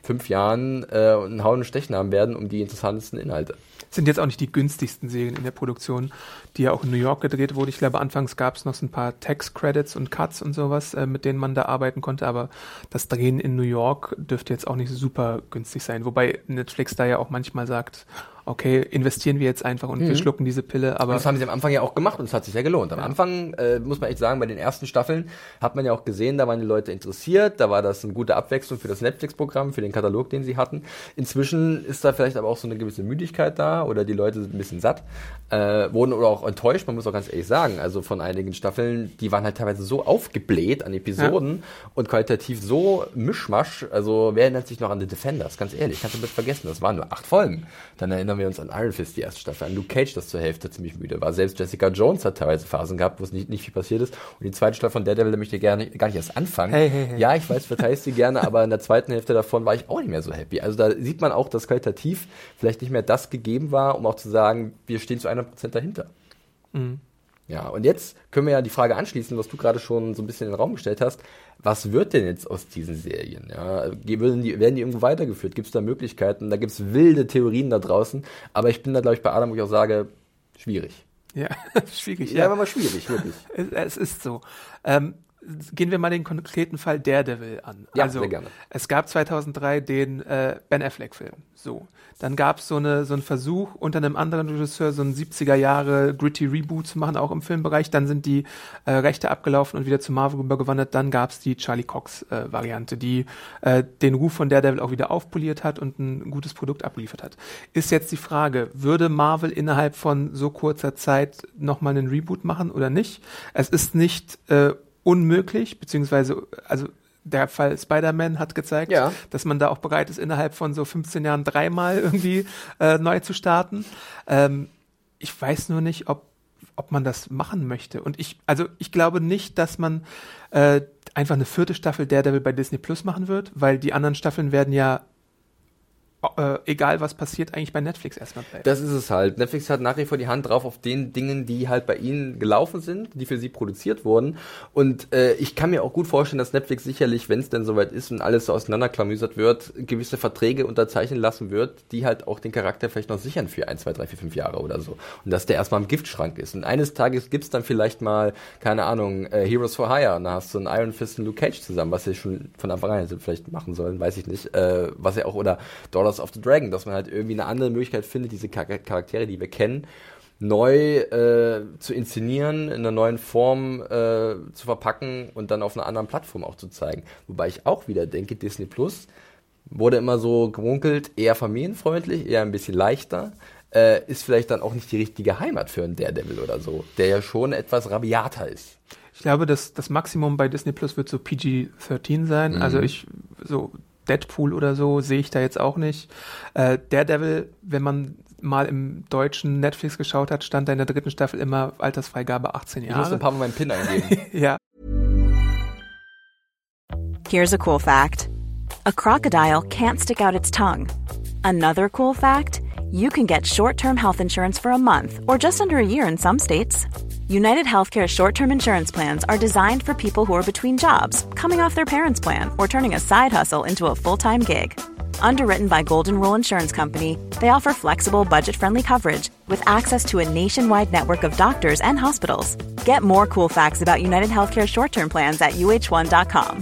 fünf Jahren äh, einen Hauen und Stechen haben werden um die interessantesten Inhalte. Sind jetzt auch nicht die günstigsten Serien in der Produktion, die ja auch in New York gedreht wurde. Ich glaube, anfangs gab es noch so ein paar Tax-Credits und Cuts und sowas, äh, mit denen man da arbeiten konnte, aber das Drehen in New York dürfte jetzt auch nicht super günstig sein. Wobei Netflix da ja auch manchmal sagt, okay, investieren wir jetzt einfach und mhm. wir schlucken diese Pille. Aber und das haben sie am Anfang ja auch gemacht und es hat sich ja gelohnt. Am ja. Anfang, äh, muss man echt sagen, bei den ersten Staffeln hat man ja auch gesehen, da waren die Leute interessiert, da war das eine gute Abwechslung für das Netflix-Programm, für den Katalog, den sie hatten. Inzwischen ist da vielleicht aber auch so eine gewisse Müdigkeit da oder die Leute sind ein bisschen satt, äh, wurden oder auch enttäuscht, man muss auch ganz ehrlich sagen, also von einigen Staffeln, die waren halt teilweise so aufgebläht an Episoden ja. und qualitativ so Mischmasch, also wer erinnert sich noch an The Defenders, ganz ehrlich, kannst du mit vergessen, das waren nur acht Folgen. Dann erinnern wir uns an Iron Fist, die erste Staffel, an Luke Cage, das zur Hälfte ziemlich müde war. Selbst Jessica Jones hat teilweise Phasen gehabt, wo es nicht, nicht viel passiert ist. Und die zweite Staffel von Daredevil, da möchte ich gerne, gar nicht erst anfangen. Hey, hey, hey. Ja, ich weiß, verteidigst sie gerne, aber in der zweiten Hälfte davon war ich auch nicht mehr so happy. Also da sieht man auch, dass qualitativ vielleicht nicht mehr das gegeben war, um auch zu sagen, wir stehen zu hundert Prozent dahinter. Mhm. Ja, und jetzt können wir ja die Frage anschließen, was du gerade schon so ein bisschen in den Raum gestellt hast. Was wird denn jetzt aus diesen Serien? Ja, werden die, werden die irgendwo weitergeführt? Gibt es da Möglichkeiten? Da gibt es wilde Theorien da draußen. Aber ich bin da, glaube ich, bei Adam, wo ich auch sage, schwierig. Ja, schwierig. Ja, aber mal schwierig, wirklich. Es, es ist so. Ähm, Gehen wir mal den konkreten Fall Daredevil an. Ja, also, sehr gerne. Es gab zweitausenddrei den äh, Ben Affleck-Film. So. Dann gab es so, eine, so einen Versuch, unter einem anderen Regisseur so einen siebziger Jahre gritty Reboot zu machen, auch im Filmbereich. Dann sind die äh, Rechte abgelaufen und wieder zu Marvel rübergewandert. Dann gab es die Charlie Cox-Variante, äh, die äh, den Ruf von Daredevil auch wieder aufpoliert hat und ein gutes Produkt abgeliefert hat. Ist jetzt die Frage, würde Marvel innerhalb von so kurzer Zeit nochmal einen Reboot machen oder nicht? Es ist nicht äh, unmöglich, beziehungsweise, also der Fall Spider-Man hat gezeigt, ja. dass man da auch bereit ist, innerhalb von so fünfzehn Jahren dreimal irgendwie äh, neu zu starten. Ähm, ich weiß nur nicht, ob ob man das machen möchte. Und ich, also ich glaube nicht, dass man äh, einfach eine vierte Staffel Daredevil bei Disney Plus machen wird, weil die anderen Staffeln werden ja Äh, egal was passiert, eigentlich bei Netflix erstmal bleibt. Das ist es halt. Netflix hat nach wie vor die Hand drauf auf den Dingen, die halt bei ihnen gelaufen sind, die für sie produziert wurden. Und äh, ich kann mir auch gut vorstellen, dass Netflix sicherlich, wenn es denn soweit ist und alles so auseinanderklamüsert wird, gewisse Verträge unterzeichnen lassen wird, die halt auch den Charakter vielleicht noch sichern für ein, zwei, drei, vier, fünf Jahre oder so. Und dass der erstmal im Giftschrank ist. Und eines Tages gibt's dann vielleicht mal, keine Ahnung, äh, Heroes for Hire. Und da hast du einen Iron Fist und Luke Cage zusammen, was sie schon von Anfang an vielleicht machen sollen, weiß ich nicht. Äh, was ja auch, oder Daughters of the Dragon, dass man halt irgendwie eine andere Möglichkeit findet, diese Charaktere, die wir kennen, neu äh, zu inszenieren, in einer neuen Form äh, zu verpacken und dann auf einer anderen Plattform auch zu zeigen. Wobei ich auch wieder denke, Disney Plus wurde immer so gemunkelt, eher familienfreundlich, eher ein bisschen leichter, äh, ist vielleicht dann auch nicht die richtige Heimat für einen Daredevil oder so, der ja schon etwas rabiater ist. Ich glaube, das, das Maximum bei Disney Plus wird so P G dreizehn sein, mhm. also ich, so Deadpool oder so sehe ich da jetzt auch nicht. Äh, Daredevil, wenn man mal im deutschen Netflix geschaut hat, stand da in der dritten Staffel immer Altersfreigabe achtzehn Jahre. Ich muss ein paar Mal meinen PIN eingeben. Ja. Here's a cool fact. A crocodile can't stick out its tongue. Another cool fact, you can get short-term health insurance for a month or just under a year in some states. United Healthcare short-term insurance plans are designed for people who are between jobs, coming off their parents' plan, or turning a side hustle into a full-time gig. Underwritten by Golden Rule Insurance Company, they offer flexible, budget-friendly coverage with access to a nationwide network of doctors and hospitals. Get more cool facts about United Healthcare short-term plans at U H one dot com.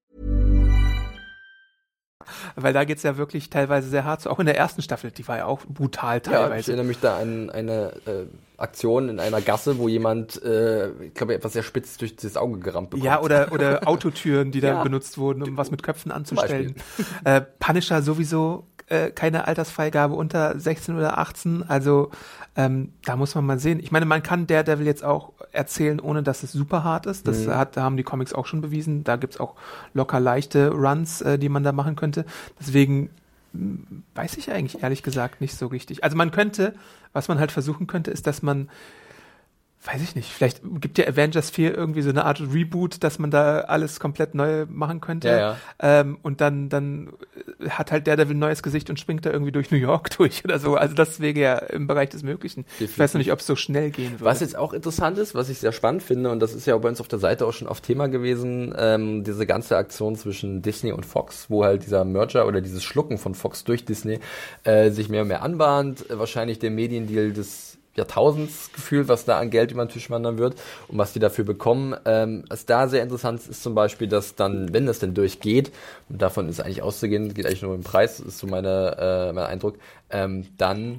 Weil da geht's ja wirklich teilweise sehr hart zu. Auch in der ersten Staffel, die war ja auch brutal teilweise. Ja, ich erinnere mich da an eine äh, Aktion in einer Gasse, wo jemand, äh, ich glaube, etwas sehr spitz durch das Auge gerammt bekommt. Ja, oder, oder Autotüren, die da ja. benutzt wurden, um was mit Köpfen anzustellen. Äh, Punisher sowieso äh, keine Altersfreigabe unter sechzehn oder achtzehn. Also ähm, da muss man mal sehen. Ich meine, man kann Daredevil jetzt auch erzählen, ohne dass es super hart ist. Das mhm. hat, da haben die Comics auch schon bewiesen. Da gibt's auch locker leichte Runs, äh, die man da machen könnte. Deswegen weiß ich eigentlich ehrlich gesagt nicht so richtig. Also man könnte, was man halt versuchen könnte, ist, dass man weiß ich nicht, vielleicht gibt ja Avengers vier irgendwie so eine Art Reboot, dass man da alles komplett neu machen könnte. Ja, ja. Ähm, und dann, dann hat halt Daredevil ein neues Gesicht und springt da irgendwie durch New York durch oder so. Also das wäre ja im Bereich des Möglichen. Definitiv. Ich weiß noch nicht, ob es so schnell gehen würde. Was jetzt auch interessant ist, was ich sehr spannend finde, und das ist ja bei uns auf der Seite auch schon oft Thema gewesen, ähm, diese ganze Aktion zwischen Disney und Fox, wo halt dieser Merger oder dieses Schlucken von Fox durch Disney äh, sich mehr und mehr anbahnt. Äh, wahrscheinlich der Mediendeal des Jahrtausends gefühlt, was da an Geld über den Tisch wandern wird und was die dafür bekommen. Ähm, was da sehr interessant ist, ist zum Beispiel, dass dann, wenn das denn durchgeht, und davon ist eigentlich auszugehen, geht eigentlich nur um den Preis, ist so meine, äh, mein Eindruck, ähm, dann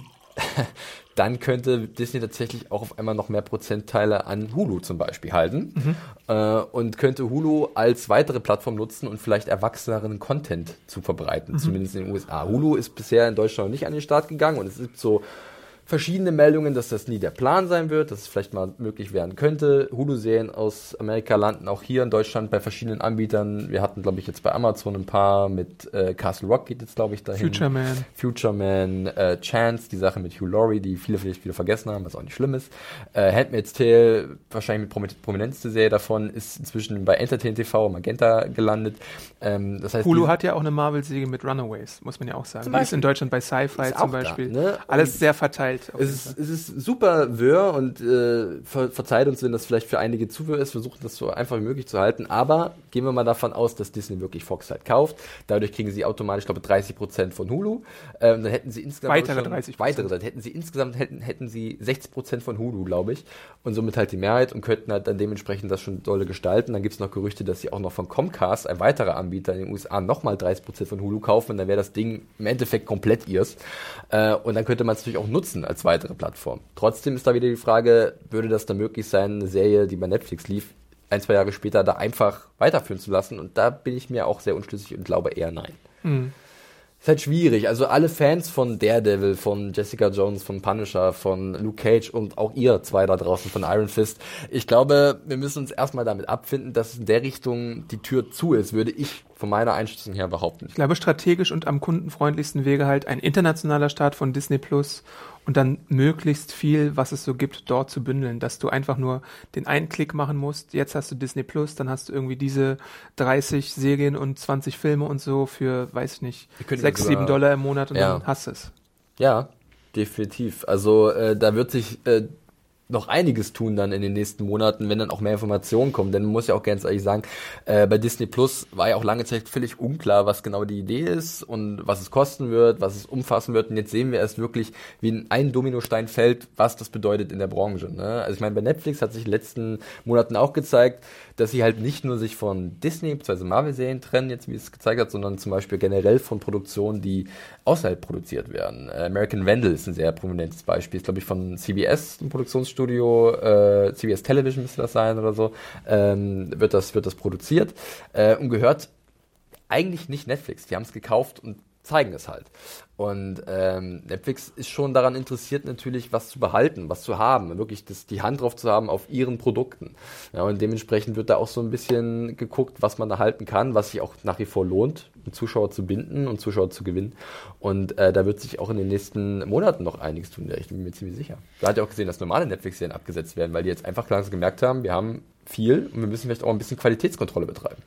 dann könnte Disney tatsächlich auch auf einmal noch mehr Prozentteile an Hulu zum Beispiel halten mhm. äh, und könnte Hulu als weitere Plattform nutzen und vielleicht erwachseneren Content zu verbreiten, mhm. zumindest in den U S A. Hulu ist bisher in Deutschland noch nicht an den Start gegangen und es gibt so verschiedene Meldungen, dass das nie der Plan sein wird, dass es vielleicht mal möglich werden könnte. Hulu-Serien aus Amerika landen auch hier in Deutschland bei verschiedenen Anbietern. Wir hatten, glaube ich, jetzt bei Amazon ein paar mit äh, Castle Rock geht jetzt, glaube ich, dahin. Future Man. Future Man, äh, Chance, die Sache mit Hugh Laurie, die viele vielleicht wieder vergessen haben, was auch nicht schlimm ist. Äh, Handmaid's Tale, wahrscheinlich mit prominenteste Serie davon, ist inzwischen bei Entertain T V, Magenta gelandet. Ähm, das heißt, Hulu hat ja auch eine Marvel-Serie mit Runaways, muss man ja auch sagen. Die ist in Deutschland bei Sci-Fi zum Beispiel. Da, ne? Alles sehr verteilt. Es ist, es ist super wirr und äh, ver- verzeiht uns, wenn das vielleicht für einige zu wirr ist, versuchen das so einfach wie möglich zu halten, aber gehen wir mal davon aus, dass Disney wirklich Fox halt kauft, dadurch kriegen sie automatisch, ich glaube, dreißig Prozent von Hulu, ähm, dann hätten sie insgesamt weitere dreißig Prozent. Weitere, dann hätten sie insgesamt hätten, hätten sie sechzig Prozent von Hulu, glaube ich, und somit halt die Mehrheit und könnten halt dann dementsprechend das schon dolle gestalten. Dann gibt es noch Gerüchte, dass sie auch noch von Comcast, ein weiterer Anbieter in den U S A, nochmal dreißig Prozent von Hulu kaufen und dann wäre das Ding im Endeffekt komplett ihrs. Äh, und dann könnte man es natürlich auch nutzen als weitere Plattform. Trotzdem ist da wieder die Frage, würde das dann möglich sein, eine Serie, die bei Netflix lief, ein, zwei Jahre später da einfach weiterführen zu lassen? Und da bin ich mir auch sehr unschlüssig und glaube eher nein. Mhm. Ist halt schwierig. Also alle Fans von Daredevil, von Jessica Jones, von Punisher, von Luke Cage und auch ihr zwei da draußen von Iron Fist. Ich glaube, wir müssen uns erstmal damit abfinden, dass in der Richtung die Tür zu ist, würde ich von meiner Einschätzung her behaupten. Ich glaube, strategisch und am kundenfreundlichsten wäre halt ein internationaler Start von Disney Plus und dann möglichst viel, was es so gibt, dort zu bündeln, dass du einfach nur den einen Klick machen musst. Jetzt hast du Disney Plus, dann hast du irgendwie diese dreißig Serien und zwanzig Filme und so für, weiß ich nicht, sechs, sieben Dollar im Monat und ja. Dann hast du es. Ja, definitiv. Also äh, da wird sich äh, noch einiges tun dann in den nächsten Monaten, wenn dann auch mehr Informationen kommen. Denn man muss ja auch ganz ehrlich sagen, äh, bei Disney Plus war ja auch lange Zeit völlig unklar, was genau die Idee ist und was es kosten wird, was es umfassen wird. Und jetzt sehen wir erst wirklich, wie in einen Dominostein fällt, was das bedeutet in der Branche. Ne? Also ich meine, bei Netflix hat sich in den letzten Monaten auch gezeigt, dass sie halt nicht nur sich von Disney bzw. Marvel-Serien trennen, jetzt wie es gezeigt hat, sondern zum Beispiel generell von Produktionen, die außerhalb produziert werden. Äh, American Vandal ist ein sehr prominentes Beispiel, ist glaube ich von C B S, ein Produktionsstudio, äh, C B S Television müsste das sein oder so, ähm, wird das wird das produziert äh, und gehört eigentlich nicht Netflix. Die haben es gekauft und zeigen es halt. Und ähm, Netflix ist schon daran interessiert, natürlich was zu behalten, was zu haben, wirklich das, die Hand drauf zu haben auf ihren Produkten. Ja, und dementsprechend wird da auch so ein bisschen geguckt, was man da halten kann, was sich auch nach wie vor lohnt, um Zuschauer zu binden und Zuschauer zu gewinnen. Und äh, da wird sich auch in den nächsten Monaten noch einiges tun, ich bin mir ziemlich sicher. Da hat ja auch gesehen, dass normale Netflix-Serien abgesetzt werden, weil die jetzt einfach langsam gemerkt haben, wir haben viel und wir müssen vielleicht auch ein bisschen Qualitätskontrolle betreiben.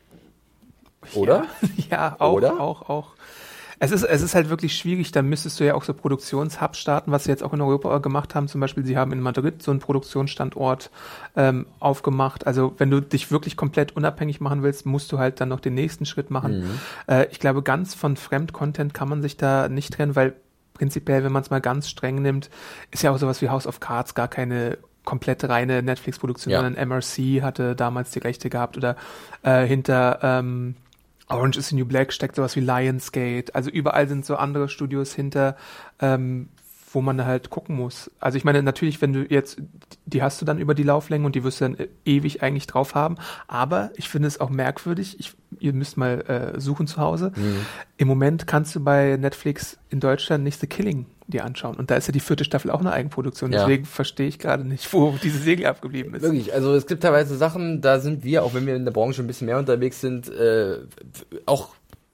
Oder? Ja, ja auch, Oder? auch, auch. Es ist, es ist halt wirklich schwierig, da müsstest du ja auch so Produktionshubs starten, was sie jetzt auch in Europa gemacht haben. Zum Beispiel, sie haben in Madrid so einen Produktionsstandort ähm, aufgemacht. Also wenn du dich wirklich komplett unabhängig machen willst, musst du halt dann noch den nächsten Schritt machen. Mhm. Äh, ich glaube, ganz von Fremdcontent kann man sich da nicht trennen, weil prinzipiell, wenn man es mal ganz streng nimmt, ist ja auch sowas wie House of Cards gar keine komplett reine Netflix-Produktion, ja. sondern M R C hatte damals die Rechte gehabt oder äh, hinter ähm, Orange is the New Black steckt sowas wie Lionsgate. Also überall sind so andere Studios hinter, ähm, wo man halt gucken muss. Also ich meine, natürlich, wenn du jetzt, die hast du dann über die Lauflänge und die wirst du dann ewig eigentlich drauf haben. Aber ich finde es auch merkwürdig, ich, ihr müsst mal äh, suchen zu Hause. Mhm. Im Moment kannst du bei Netflix in Deutschland nicht The Killing dir anschauen. Und da ist ja die vierte Staffel auch eine Eigenproduktion. Ja. Deswegen verstehe ich gerade nicht, wo diese Segel abgeblieben ist. Wirklich, also es gibt teilweise Sachen, da sind wir, auch wenn wir in der Branche ein bisschen mehr unterwegs sind, äh, auch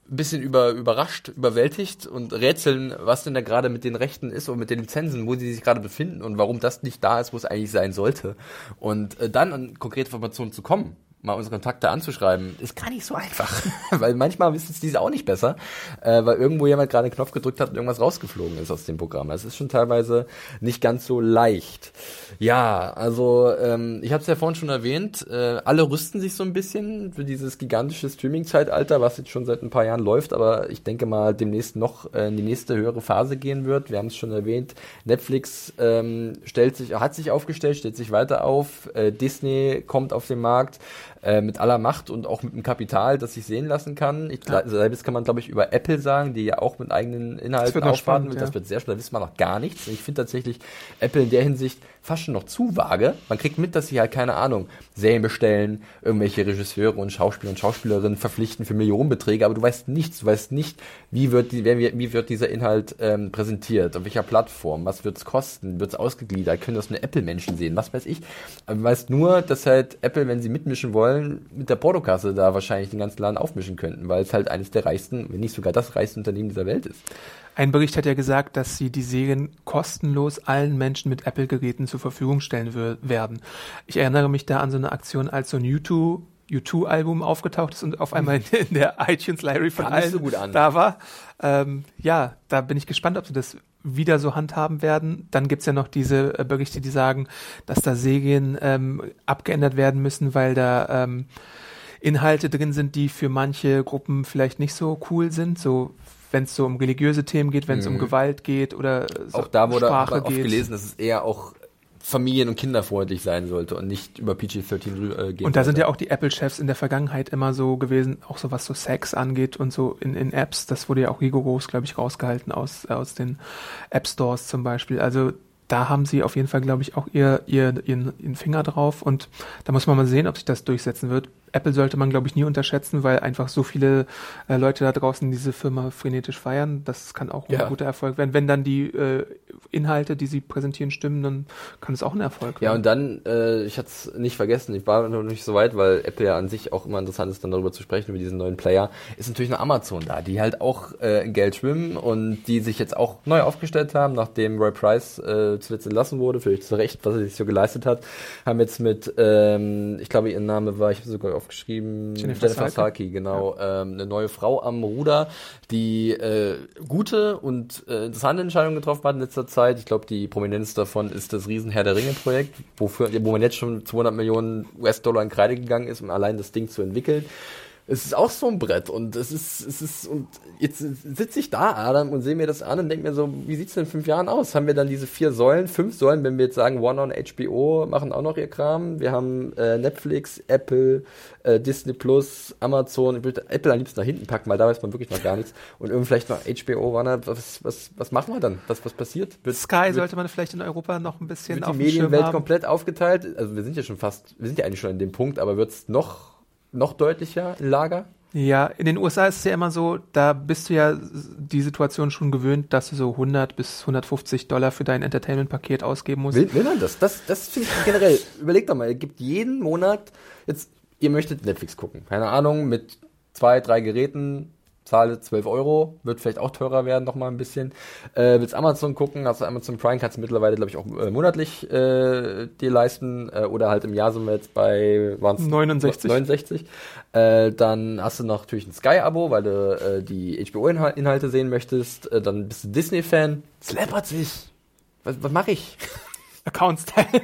ein bisschen über, überrascht, überwältigt und rätseln, was denn da gerade mit den Rechten ist und mit den Lizenzen, wo sie sich gerade befinden und warum das nicht da ist, wo es eigentlich sein sollte. Und äh, dann an konkrete Informationen zu kommen, mal unsere Kontakte anzuschreiben, ist gar nicht so einfach. Weil manchmal wissen es diese auch nicht besser, äh, weil irgendwo jemand gerade einen Knopf gedrückt hat und irgendwas rausgeflogen ist aus dem Programm. Es ist schon teilweise nicht ganz so leicht. Ja, also ähm, ich habe es ja vorhin schon erwähnt, äh, alle rüsten sich so ein bisschen für dieses gigantische Streaming-Zeitalter, was jetzt schon seit ein paar Jahren läuft, aber ich denke mal demnächst noch äh, in die nächste höhere Phase gehen wird. Wir haben es schon erwähnt, Netflix ähm, stellt sich, hat sich aufgestellt, stellt sich weiter auf, äh, Disney kommt auf den Markt, mit aller Macht und auch mit dem Kapital, das sich sehen lassen kann. Ich, ja. Selbst kann man, glaube ich, über Apple sagen, die ja auch mit eigenen Inhalten aufwarten wird. Ja. Das wird sehr spannend, da wissen wir noch gar nichts. Ich finde tatsächlich Apple in der Hinsicht fast schon noch zu vage. Man kriegt mit, dass sie halt, keine Ahnung, Serien bestellen, irgendwelche Regisseure und Schauspieler und Schauspielerinnen verpflichten für Millionenbeträge, aber du weißt nichts, du weißt nicht, wie wird, die, wie wird dieser Inhalt ähm, präsentiert, auf welcher Plattform, was wird es kosten, wird es ausgegliedert, können das nur Apple-Menschen sehen, was weiß ich. Aber du weißt nur, dass halt Apple, wenn sie mitmischen wollen, mit der Portokasse da wahrscheinlich den ganzen Laden aufmischen könnten, weil es halt eines der reichsten, wenn nicht sogar das reichste Unternehmen dieser Welt ist. Ein Bericht hat ja gesagt, dass sie die Serien kostenlos allen Menschen mit Apple-Geräten zur Verfügung stellen w- werden. Ich erinnere mich da an so eine Aktion, als so ein U zwei U zwei Album aufgetaucht ist und auf einmal in der iTunes-Library von allen so gut an. da war. Ähm, ja, da bin ich gespannt, ob sie das wieder so handhaben werden. Dann gibt's ja noch diese äh, Berichte, die sagen, dass da Serien ähm, abgeändert werden müssen, weil da ähm, Inhalte drin sind, die für manche Gruppen vielleicht nicht so cool sind, so wenn es so um religiöse Themen geht, wenn es mhm. um Gewalt geht oder so auch da wurde Sprache oft geht. gelesen, dass es eher auch familien- und kinderfreundlich sein sollte und nicht über P G dreizehn äh, gehen Und da sollte. sind ja auch die Apple-Chefs in der Vergangenheit immer so gewesen, auch so was so Sex angeht und so in, in Apps, das wurde ja auch rigoros, glaube ich, rausgehalten aus, aus den App-Stores zum Beispiel. Also da haben sie auf jeden Fall, glaube ich, auch ihr, ihr, ihren, ihren Finger drauf und da muss man mal sehen, ob sich das durchsetzen wird. Apple sollte man, glaube ich, nie unterschätzen, weil einfach so viele äh, Leute da draußen diese Firma frenetisch feiern. Das kann auch ja. ein guter Erfolg werden. Wenn dann die äh, Inhalte, die sie präsentieren, stimmen, dann kann es auch ein Erfolg werden. Ja, und dann, äh, ich hatte es nicht vergessen, ich war noch nicht so weit, weil Apple ja an sich auch immer interessant ist, dann darüber zu sprechen, über diesen neuen Player, ist natürlich eine Amazon da, die halt auch äh, in Geld schwimmen und die sich jetzt auch neu aufgestellt haben, nachdem Roy Price äh, zuletzt entlassen wurde, völlig zu Recht, was er sich so geleistet hat, haben jetzt mit, ähm, ich glaube, ihr Name war, ich habe sogar aufgeschrieben, Jennifer, Jennifer Salke, genau, ja. ähm, eine neue Frau am Ruder, die äh, gute und äh, interessante Entscheidungen getroffen hat in letzter Zeit. Ich glaube, die Prominenz davon ist das riesen Herr der Ringe-Projekt, wofür, wo man jetzt schon zweihundert Millionen U S-Dollar in Kreide gegangen ist, um allein das Ding zu entwickeln. Es ist auch so ein Brett und es ist, es ist, und jetzt sitze ich da, Adam, und sehe mir das an und denke mir so, wie sieht's denn in fünf Jahren aus? Haben wir dann diese vier Säulen, fünf Säulen, wenn wir jetzt sagen, Warner und H B O machen auch noch ihr Kram. Wir haben äh, Netflix, Apple, äh, Disney Plus, Amazon. Ich würde Apple am liebsten nach hinten packen, weil da weiß man wirklich noch gar nichts. Und irgendwie vielleicht noch H B O, Warner. Was, was, was machen wir dann? Was, was passiert? Wird, Sky wird, sollte man vielleicht in Europa noch ein bisschen wird auf die dem Schirm Medienwelt haben. Komplett aufgeteilt? Also wir sind ja schon fast, wir sind ja eigentlich schon in dem Punkt, aber wird's noch, noch deutlicher im Lager? Ja, in den U S A ist es ja immer so, da bist du ja die Situation schon gewöhnt, dass du so hundert bis hundertfünfzig Dollar für dein Entertainment-Paket ausgeben musst. Will, will man das? Das, das finde ich generell. Überleg doch mal, ihr gebt jeden Monat, jetzt, ihr möchtet Netflix gucken, keine Ahnung, mit zwei, drei Geräten, zahle zwölf Euro, wird vielleicht auch teurer werden, noch mal ein bisschen. Äh, willst Amazon gucken, hast du Amazon Prime, kannst du mittlerweile, glaube ich, auch äh, monatlich äh, dir leisten, äh, oder halt im Jahr sind wir jetzt bei, waren's neunundsechzig. neunundsechzig. Äh, dann hast du noch natürlich ein Sky-Abo, weil du äh, die H B O-Inhalte sehen möchtest, äh, dann bist du Disney-Fan. Es läppert sich. Was, was mache ich? Accounts teilen.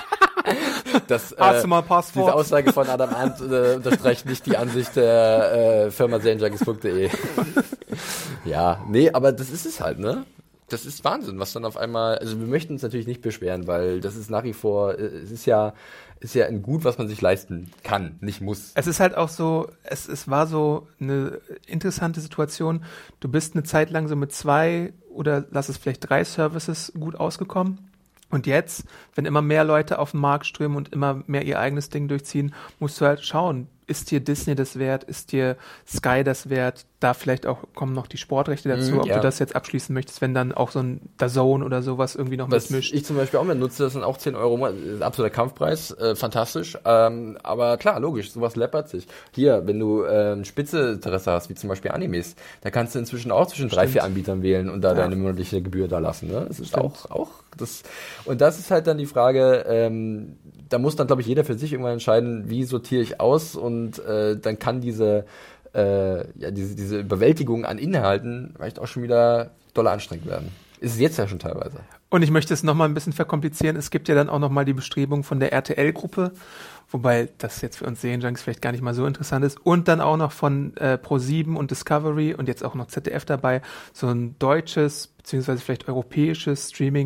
Das, äh, Hast du mal Passwort? Diese Aussage von Adam Arndt äh, unterstreicht nicht die Ansicht der äh, Firma serienjunkies punkt de. Ja, nee, aber das ist es halt, ne? Das ist Wahnsinn, was dann auf einmal, also wir möchten uns natürlich nicht beschweren, weil das ist nach wie vor, äh, es ist ja, ist ja ein Gut, was man sich leisten kann, nicht muss. Es ist halt auch so, es, es war so eine interessante Situation. Du bist eine Zeit lang so mit zwei oder lass es vielleicht drei Services gut ausgekommen. Und jetzt, wenn immer mehr Leute auf den Markt strömen und immer mehr ihr eigenes Ding durchziehen, musst du halt schauen. ist dir Disney das wert, ist dir Sky das wert, da vielleicht auch kommen noch die Sportrechte dazu, Mhm, ob ja. du das jetzt abschließen möchtest, wenn dann auch so ein D A Z N oder sowas irgendwie noch Was mitmischt. ich zum Beispiel auch mehr nutze, das sind auch zehn Euro, das ist ein absoluter Kampfpreis, äh, fantastisch, ähm, aber klar, logisch, sowas läppert sich. Hier, wenn du äh, ein Spitze-Interesse hast, wie zum Beispiel Animes, da kannst du inzwischen auch zwischen drei, vier Anbietern wählen und da Ja. deine monatliche Gebühr da lassen. Ne? Das ist Stimmt. auch, auch das. Und das ist halt dann die Frage, ähm, da muss dann, glaube ich, jeder für sich irgendwann entscheiden, wie sortiere ich aus und äh, dann kann diese Äh, ja, diese, diese Überwältigung an Inhalten vielleicht auch schon wieder doll anstrengend werden. Ist es jetzt ja schon teilweise. Und ich möchte es nochmal ein bisschen verkomplizieren. Es gibt ja dann auch nochmal die Bestrebung von der R T L-Gruppe, wobei das jetzt für uns Serienjunkies vielleicht gar nicht mal so interessant ist. Und dann auch noch von äh, ProSieben und Discovery und jetzt auch noch Z D F dabei, so ein deutsches beziehungsweise vielleicht europäisches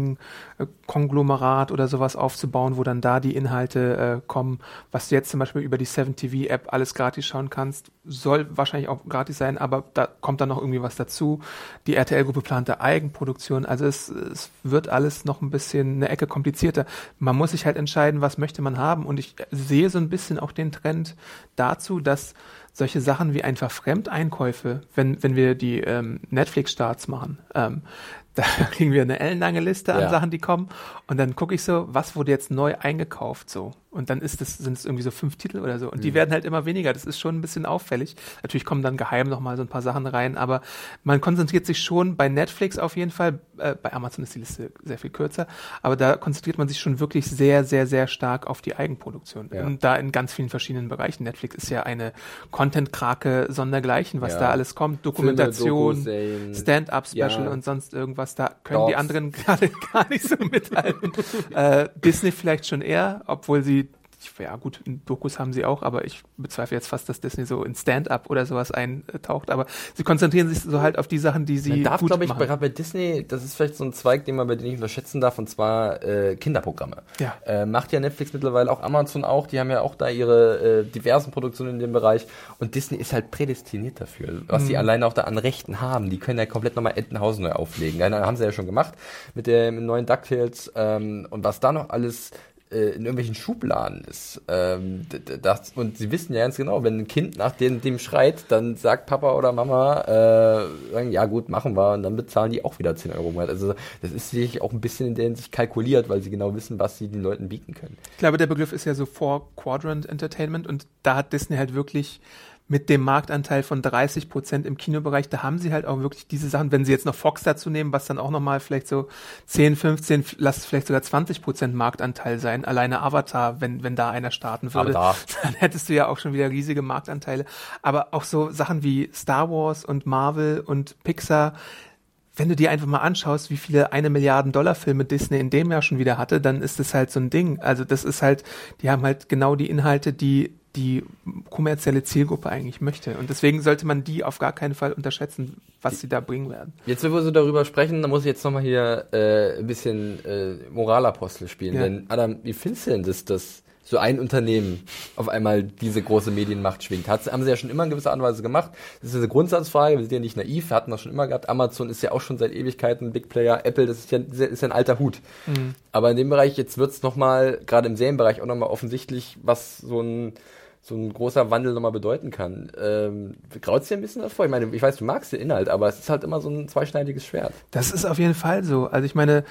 Streaming-Konglomerat oder sowas aufzubauen, wo dann da die Inhalte äh, kommen, was du jetzt zum Beispiel über die seven T V-App alles gratis schauen kannst, soll wahrscheinlich auch gratis sein, aber da kommt dann noch irgendwie was dazu. Die R T L-Gruppe plant da Eigenproduktion, also es, es wird alles noch ein bisschen eine Ecke komplizierter. Man muss sich halt entscheiden, was möchte man haben, und ich sehe so ein bisschen auch den Trend dazu, dass solche Sachen wie einfach Fremdeinkäufe, wenn wenn wir die ähm, Netflix-Starts machen, ähm, da kriegen wir eine ellenlange Liste an Ja. Sachen, die kommen, und dann gucke ich so, was wurde jetzt neu eingekauft so, und dann ist es, sind es irgendwie so fünf Titel oder so, und die werden halt immer weniger. Das ist schon ein bisschen auffällig. Natürlich kommen dann geheim noch mal so ein paar Sachen rein, aber man konzentriert sich schon bei Netflix auf jeden Fall, äh, bei Amazon ist die Liste sehr viel kürzer, aber da konzentriert man sich schon wirklich sehr, sehr, sehr stark auf die Eigenproduktion. Ja. Und da in ganz vielen verschiedenen Bereichen. Netflix ist ja eine Content-Krake sondergleichen, was Ja. da alles kommt. Dokumentation, Filme, Dokus, Serien. Stand-up-Special Ja. und sonst irgendwas. Da können Dogs. die anderen gerade gar nicht so mithalten. äh, Disney vielleicht schon eher, obwohl sie, ja gut, Dokus haben sie auch, aber ich bezweifle jetzt fast, dass Disney so in Stand-up oder sowas eintaucht. Aber sie konzentrieren sich so halt auf die Sachen, die sie Man darf, gut glaube ich, machen. gerade bei Disney, das ist vielleicht so ein Zweig, den man bei denen nicht unterschätzen darf, und zwar äh, Kinderprogramme. Ja. Äh, macht ja Netflix mittlerweile, auch Amazon auch, die haben ja auch da ihre äh, diversen Produktionen in dem Bereich, und Disney ist halt prädestiniert dafür. Was Mhm. die alleine auch da an Rechten haben, die können ja komplett nochmal Entenhausen neu auflegen. Ja, haben sie ja schon gemacht mit dem neuen DuckTales, ähm, und was da noch alles äh, in irgendwelchen Schubladen ist. Ähm, d- d- das, und sie wissen ja ganz genau, wenn ein Kind nach dem, dem schreit, dann sagt Papa oder Mama, äh, sagen, ja gut, machen wir, und dann bezahlen die auch wieder zehn Euro im Monat. Also das ist sich auch ein bisschen in der Hinsicht kalkuliert, weil sie genau wissen, was sie den Leuten bieten können. Ich glaube, der Begriff ist ja so Four Quadrant Entertainment, und da hat Disney halt wirklich mit dem Marktanteil von dreißig Prozent im Kinobereich, da haben sie halt auch wirklich diese Sachen, wenn sie jetzt noch Fox dazu nehmen, was dann auch nochmal vielleicht so zehn, fünfzehn, lass es vielleicht sogar zwanzig Prozent Marktanteil sein, alleine Avatar, wenn wenn da einer starten würde, Aber da. dann hättest du ja auch schon wieder riesige Marktanteile. Aber auch so Sachen wie Star Wars und Marvel und Pixar, wenn du dir einfach mal anschaust, wie viele eine Milliarden Dollar Filme Disney in dem Jahr schon wieder hatte, dann ist das halt so ein Ding. Also das ist halt, die haben halt genau die Inhalte, die die kommerzielle Zielgruppe eigentlich möchte. Und deswegen sollte man die auf gar keinen Fall unterschätzen, was sie da bringen werden. Jetzt, wenn wir so darüber sprechen, dann muss ich jetzt nochmal hier äh, ein bisschen äh, Moralapostel spielen. Ja. Denn, Adam, wie findest du denn das, dass so ein Unternehmen auf einmal diese große Medienmacht schwingt? Hat's, haben sie ja schon immer in gewisser Art und Weise gemacht. Das ist eine Grundsatzfrage, wir sind ja nicht naiv, wir hatten das schon immer gehabt. Amazon ist ja auch schon seit Ewigkeiten ein Big Player. Apple, das ist ja, ist ja ein alter Hut. Mhm. Aber in dem Bereich, jetzt wird's nochmal, gerade im Serienbereich, auch nochmal offensichtlich, was so ein so ein großer Wandel nochmal bedeuten kann. Ähm, graut's dir ein bisschen davor? Ich meine, ich weiß, du magst den Inhalt, aber es ist halt immer so ein zweischneidiges Schwert. Das ist auf jeden Fall so. Also ich meine,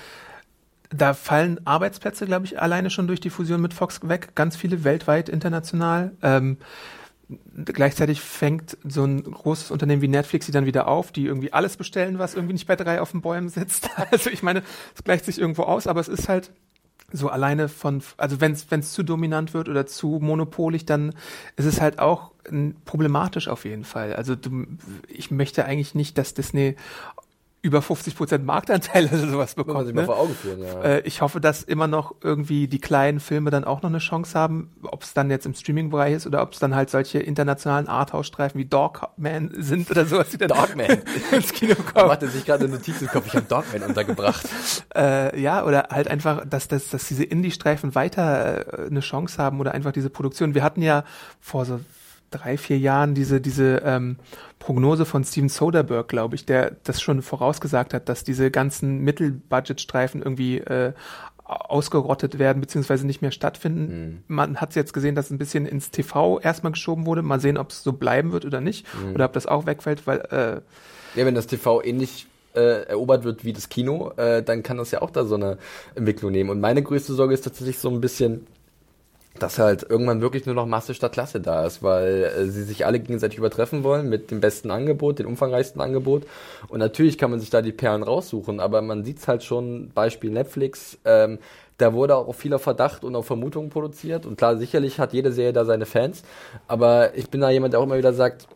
da fallen Arbeitsplätze, glaube ich, alleine schon durch die Fusion mit Fox weg. Ganz viele weltweit, international. Ähm, gleichzeitig fängt so ein großes Unternehmen wie Netflix sie dann wieder auf, die irgendwie alles bestellen, was irgendwie nicht bei drei auf den Bäumen sitzt. Also ich meine, es gleicht sich irgendwo aus, aber es ist halt so alleine von, also wenn es zu dominant wird oder zu monopolig, dann ist es halt auch n, problematisch auf jeden Fall. Also du, ich möchte eigentlich nicht, dass Disney über fünfzig Prozent Marktanteil oder sowas bekommt. Muss man sich ne? mal vor Augen führen, ja. Äh, ich hoffe, dass immer noch irgendwie die kleinen Filme dann auch noch eine Chance haben, ob es dann jetzt im Streaming-Bereich ist oder ob es dann halt solche internationalen Arthouse-Streifen wie Dogman sind oder sowas, die dann Dogman. ins Kino kommen. Macht er sich gerade eine Notiz im Kopf, ich habe Dogman untergebracht. Äh, ja, oder halt einfach, dass, dass, dass diese Indie-Streifen weiter äh, eine Chance haben oder einfach diese Produktion. Wir hatten ja vor so drei, vier Jahren diese, diese ähm, Prognose von Steven Soderbergh, glaube ich, der das schon vorausgesagt hat, dass diese ganzen Mittelbudget-Streifen irgendwie äh, ausgerottet werden, beziehungsweise nicht mehr stattfinden. Mhm. Man hat jetzt gesehen, dass es ein bisschen ins T V erstmal geschoben wurde. Mal sehen, ob es so bleiben wird oder nicht. Mhm. Oder ob das auch wegfällt, weil äh, ja, wenn das T V ähnlich äh, erobert wird wie das Kino, äh, dann kann das ja auch da so eine Entwicklung nehmen. Und meine größte Sorge ist tatsächlich so ein bisschen, dass halt irgendwann wirklich nur noch Masse statt Klasse da ist, weil äh, sie sich alle gegenseitig übertreffen wollen mit dem besten Angebot, dem umfangreichsten Angebot. Und natürlich kann man sich da die Perlen raussuchen, aber man sieht's halt schon, Beispiel Netflix, ähm, da wurde auch viel auf Verdacht und auf Vermutungen produziert. Und klar, sicherlich hat jede Serie da seine Fans, aber ich bin da jemand, der auch immer wieder sagt,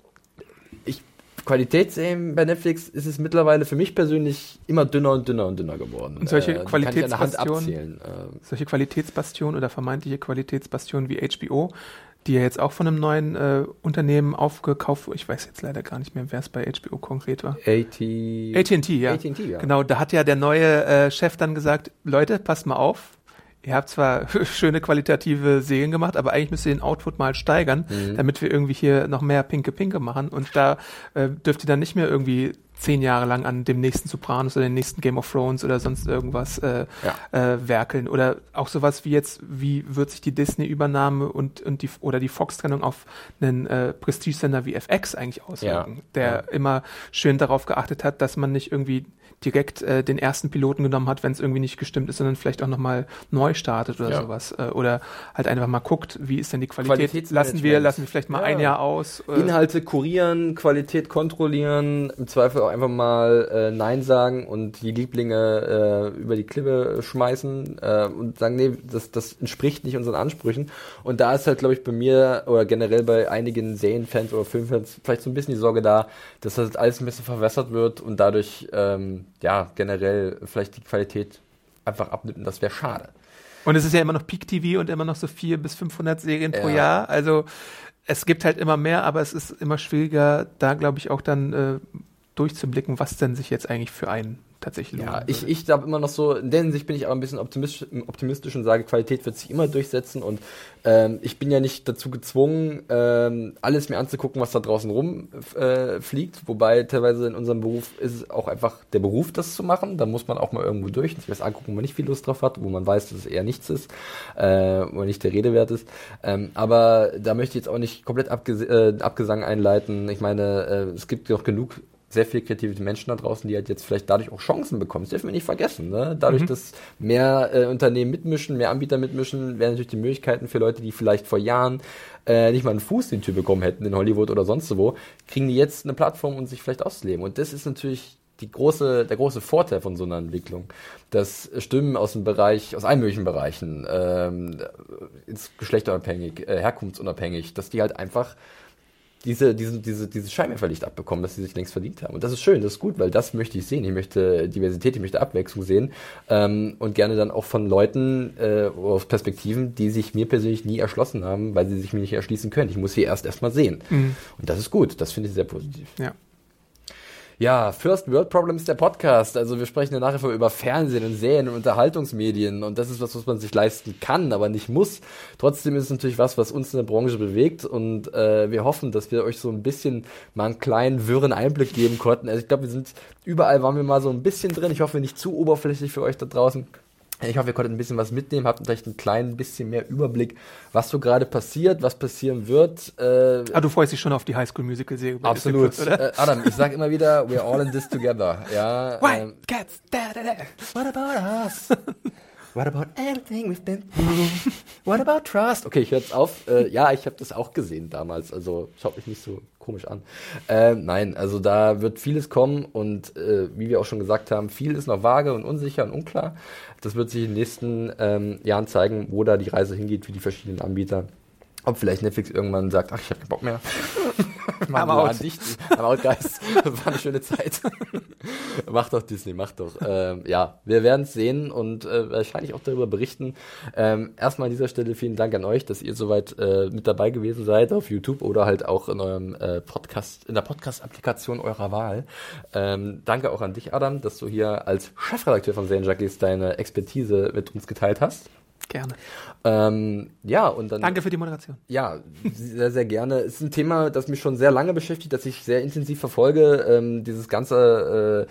ich Qualitätsserien bei Netflix ist es mittlerweile für mich persönlich immer dünner und dünner und dünner geworden. Und solche äh, Qualitätsbastionen, solche Qualitätsbastionen oder vermeintliche Qualitätsbastionen wie H B O, die ja jetzt auch von einem neuen äh, Unternehmen aufgekauft wurde. Ich weiß jetzt leider gar nicht mehr, wer es bei H B O konkret war. A T A T and T, ja. A T and T, ja. Genau, da hat ja der neue äh, Chef dann gesagt, Leute, passt mal auf. Ihr habt zwar schöne qualitative Serien gemacht, aber eigentlich müsst ihr den Output mal steigern, mhm. damit wir irgendwie hier noch mehr Pinke-Pinke machen. Und da äh, dürft ihr dann nicht mehr irgendwie zehn Jahre lang an dem nächsten Sopranos oder dem nächsten Game of Thrones oder sonst irgendwas äh, ja. äh, werkeln. Oder auch sowas wie jetzt, wie wird sich die Disney-Übernahme und, und die oder die Fox-Trennung auf einen äh, Prestige-Sender wie F X eigentlich auswirken, ja. der ja. immer schön darauf geachtet hat, dass man nicht irgendwie direkt äh, den ersten Piloten genommen hat, wenn es irgendwie nicht gestimmt ist, sondern vielleicht auch nochmal neu startet oder ja. sowas. Äh, oder halt einfach mal guckt, wie ist denn die Qualität? Lassen wir, lassen wir vielleicht mal ja. ein Jahr aus. Äh. Inhalte kurieren, Qualität kontrollieren, im Zweifel auch einfach mal äh, Nein sagen und die Lieblinge äh, über die Klippe schmeißen äh, und sagen, nee, das, das entspricht nicht unseren Ansprüchen. Und da ist halt, glaube ich, bei mir oder generell bei einigen Serienfans oder Filmfans vielleicht so ein bisschen die Sorge da, dass das alles ein bisschen verwässert wird und dadurch ähm, ja, generell vielleicht die Qualität einfach abnimmt und das wäre schade. Und es ist ja immer noch Peak-T V und immer noch so vierhundert bis fünfhundert Serien ja. pro Jahr, also es gibt halt immer mehr, aber es ist immer schwieriger, da glaube ich auch dann äh, durchzublicken, was denn sich jetzt eigentlich für einen tatsächlich lohnt. Ja, ich, ich glaube immer noch so, in der Hinsicht bin ich aber ein bisschen optimistisch, optimistisch und sage, Qualität wird sich immer durchsetzen und ähm, ich bin ja nicht dazu gezwungen, ähm, alles mir anzugucken, was da draußen rumfliegt, äh, wobei teilweise in unserem Beruf ist es auch einfach der Beruf, das zu machen, da muss man auch mal irgendwo durch, sich was angucken, wo man nicht viel Lust drauf hat, wo man weiß, dass es eher nichts ist, äh, wo nicht der Rede wert ist, ähm, aber da möchte ich jetzt auch nicht komplett abges- äh, Abgesang einleiten, ich meine, äh, es gibt noch genug sehr viele kreative Menschen da draußen, die halt jetzt vielleicht dadurch auch Chancen bekommen. Das dürfen wir nicht vergessen. Ne? Dadurch, mhm. dass mehr äh, Unternehmen mitmischen, mehr Anbieter mitmischen, werden natürlich die Möglichkeiten für Leute, die vielleicht vor Jahren äh, nicht mal einen Fuß in die Tür bekommen hätten in Hollywood oder sonst wo, kriegen die jetzt eine Plattform, um sich vielleicht auszuleben. Und das ist natürlich die große, der große Vorteil von so einer Entwicklung, dass Stimmen aus dem Bereich, aus allen möglichen Bereichen, ähm, geschlechterunabhängig, äh, herkunftsunabhängig, dass die halt einfach diese, diese, diese, dieses Scheinwerferlicht abbekommen, das sie sich längst verdient haben. Und das ist schön, das ist gut, weil das möchte ich sehen. Ich möchte Diversität, ich möchte Abwechslung sehen ähm, und gerne dann auch von Leuten äh, aus Perspektiven, die sich mir persönlich nie erschlossen haben, weil sie sich mir nicht erschließen können. Ich muss sie erst erstmal sehen. Mhm. Und das ist gut, das finde ich sehr positiv. Ja. Ja, First World Problems, der Podcast. Also wir sprechen ja nachher über Fernsehen und Serien und Unterhaltungsmedien und das ist was, was man sich leisten kann, aber nicht muss. Trotzdem ist es natürlich was, was uns in der Branche bewegt und äh, wir hoffen, dass wir euch so ein bisschen mal einen kleinen, wirren Einblick geben konnten. Also ich glaube, wir sind, überall waren wir mal so ein bisschen drin. Ich hoffe, nicht zu oberflächlich für euch da draußen. Ich hoffe, ihr konntet ein bisschen was mitnehmen, habt vielleicht ein klein bisschen mehr Überblick, was so gerade passiert, was passieren wird. Äh, ah, du freust dich schon auf die High School Musical Serie. Absolut. Plus, oder? Äh, Adam, ich sag immer wieder, we're all in this together. Ja. White ähm, cats, da, da, da. What about us? What about everything we've been through? What about trust? Okay, ich höre jetzt auf. Äh, ja, ich habe das auch gesehen damals, also schaut mich nicht so komisch an. Äh, nein, also da wird vieles kommen und äh, wie wir auch schon gesagt haben, viel ist noch vage und unsicher und unklar. Das wird sich in den nächsten ähm, Jahren zeigen, wo da die Reise hingeht für die verschiedenen Anbieter. Ob vielleicht Netflix irgendwann sagt, ach, ich habe keinen Bock mehr. I'm out. I'm out, guys. Das war eine schöne Zeit. Mach doch Disney, mach doch. Ähm, ja, wir werden es sehen und äh, wahrscheinlich auch darüber berichten. Ähm, erstmal an dieser Stelle vielen Dank an euch, dass ihr soweit äh, mit dabei gewesen seid auf YouTube oder halt auch in eurem äh, Podcast, in der Podcast-Applikation eurer Wahl. Ähm, danke auch an dich, Adam, dass du hier als Chefredakteur von Serienjunkies deine Expertise mit uns geteilt hast. Gerne. Ähm, ja, und dann. Danke für die Moderation. Ja, sehr, sehr gerne. Es ist ein Thema, das mich schon sehr lange beschäftigt, das ich sehr intensiv verfolge. Ähm, dieses ganze,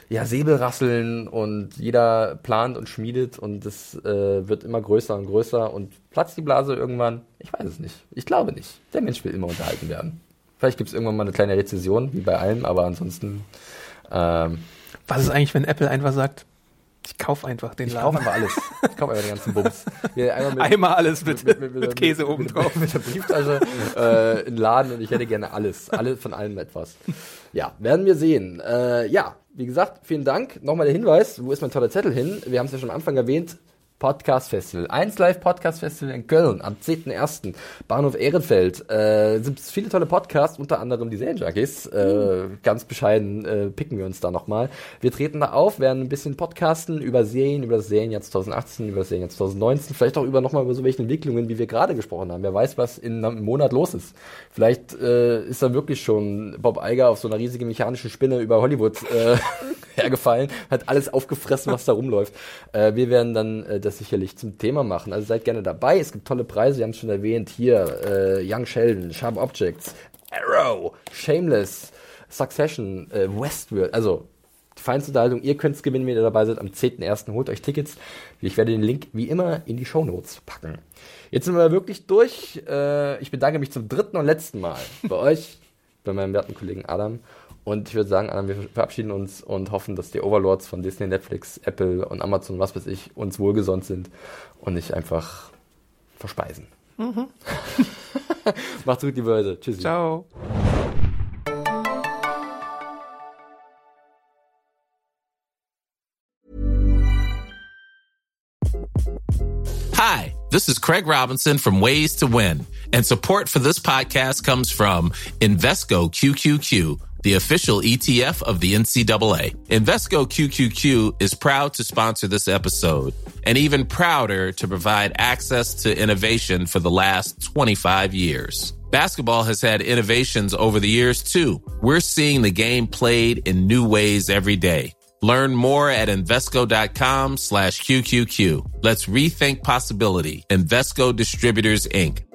ja, Säbelrasseln und jeder plant und schmiedet und es äh, wird immer größer und größer und platzt die Blase irgendwann? Ich weiß es nicht. Ich glaube nicht. Der Mensch will immer unterhalten werden. Vielleicht gibt es irgendwann mal eine kleine Rezession, wie bei allem, aber ansonsten... Ähm, Was ist eigentlich, wenn Apple einfach sagt, ich kaufe einfach den ich Laden? Ich kaufe einfach alles. Ich kaufe einfach den ganzen Bums. Ja, einmal, mit, einmal alles mit, mit, mit, mit, mit Käse mit, oben mit, drauf. Mit der Brieftasche, äh, in den Laden und ich hätte gerne alles. Alles von allem etwas. Ja, werden wir sehen. Äh, ja, wie gesagt, vielen Dank. Nochmal der Hinweis, wo ist mein toller Zettel hin? Wir haben es ja schon am Anfang erwähnt. Podcast Festival. eins Live Podcast Festival in Köln am zehnten ersten Bahnhof Ehrenfeld. Äh, sind viele tolle Podcasts, unter anderem die Serienjunkies. Äh, mhm. Ganz bescheiden äh, picken wir uns da nochmal. Wir treten da auf, werden ein bisschen podcasten über Serien, über das Serienjahr zwanzig achtzehn, über das Serienjahr zwanzig neunzehn, vielleicht auch über nochmal über so welche Entwicklungen, wie wir gerade gesprochen haben. Wer weiß, was in einem Monat los ist. Vielleicht äh, ist da wirklich schon Bob Iger auf so einer riesigen mechanischen Spinne über Hollywood äh, hergefallen, hat alles aufgefressen, was da rumläuft. Äh, wir werden dann äh, das sicherlich zum Thema machen. Also seid gerne dabei. Es gibt tolle Preise, wir haben es schon erwähnt. Hier, äh, Young Sheldon, Sharp Objects, Arrow, Shameless, Succession, äh, Westworld. Also die feinste Unterhaltung. Ihr könnt es gewinnen, wenn ihr dabei seid. Am zehnten ersten Holt euch Tickets. Ich werde den Link wie immer in die Shownotes packen. Jetzt sind wir wirklich durch. Äh, ich bedanke mich zum dritten und letzten Mal bei euch, bei meinem werten Kollegen Adam. Und ich würde sagen, Adam, wir verabschieden uns und hoffen, dass die Overlords von Disney, Netflix, Apple und Amazon, was weiß ich, uns wohlgesonnen sind und nicht einfach verspeisen. Mhm. Macht's gut, liebe Leute. Tschüssi. Ciao. Hi, this is Craig Robinson from Ways to Win, and support for this podcast comes from Invesco Q Q Q, the official E T F of the N C double A. Invesco Q Q Q is proud to sponsor this episode and even prouder to provide access to innovation for the last twenty-five years. Basketball has had innovations over the years, too. We're seeing the game played in new ways every day. Learn more at Invesco.com slash QQQ. Let's rethink possibility. Invesco Distributors, Incorporated.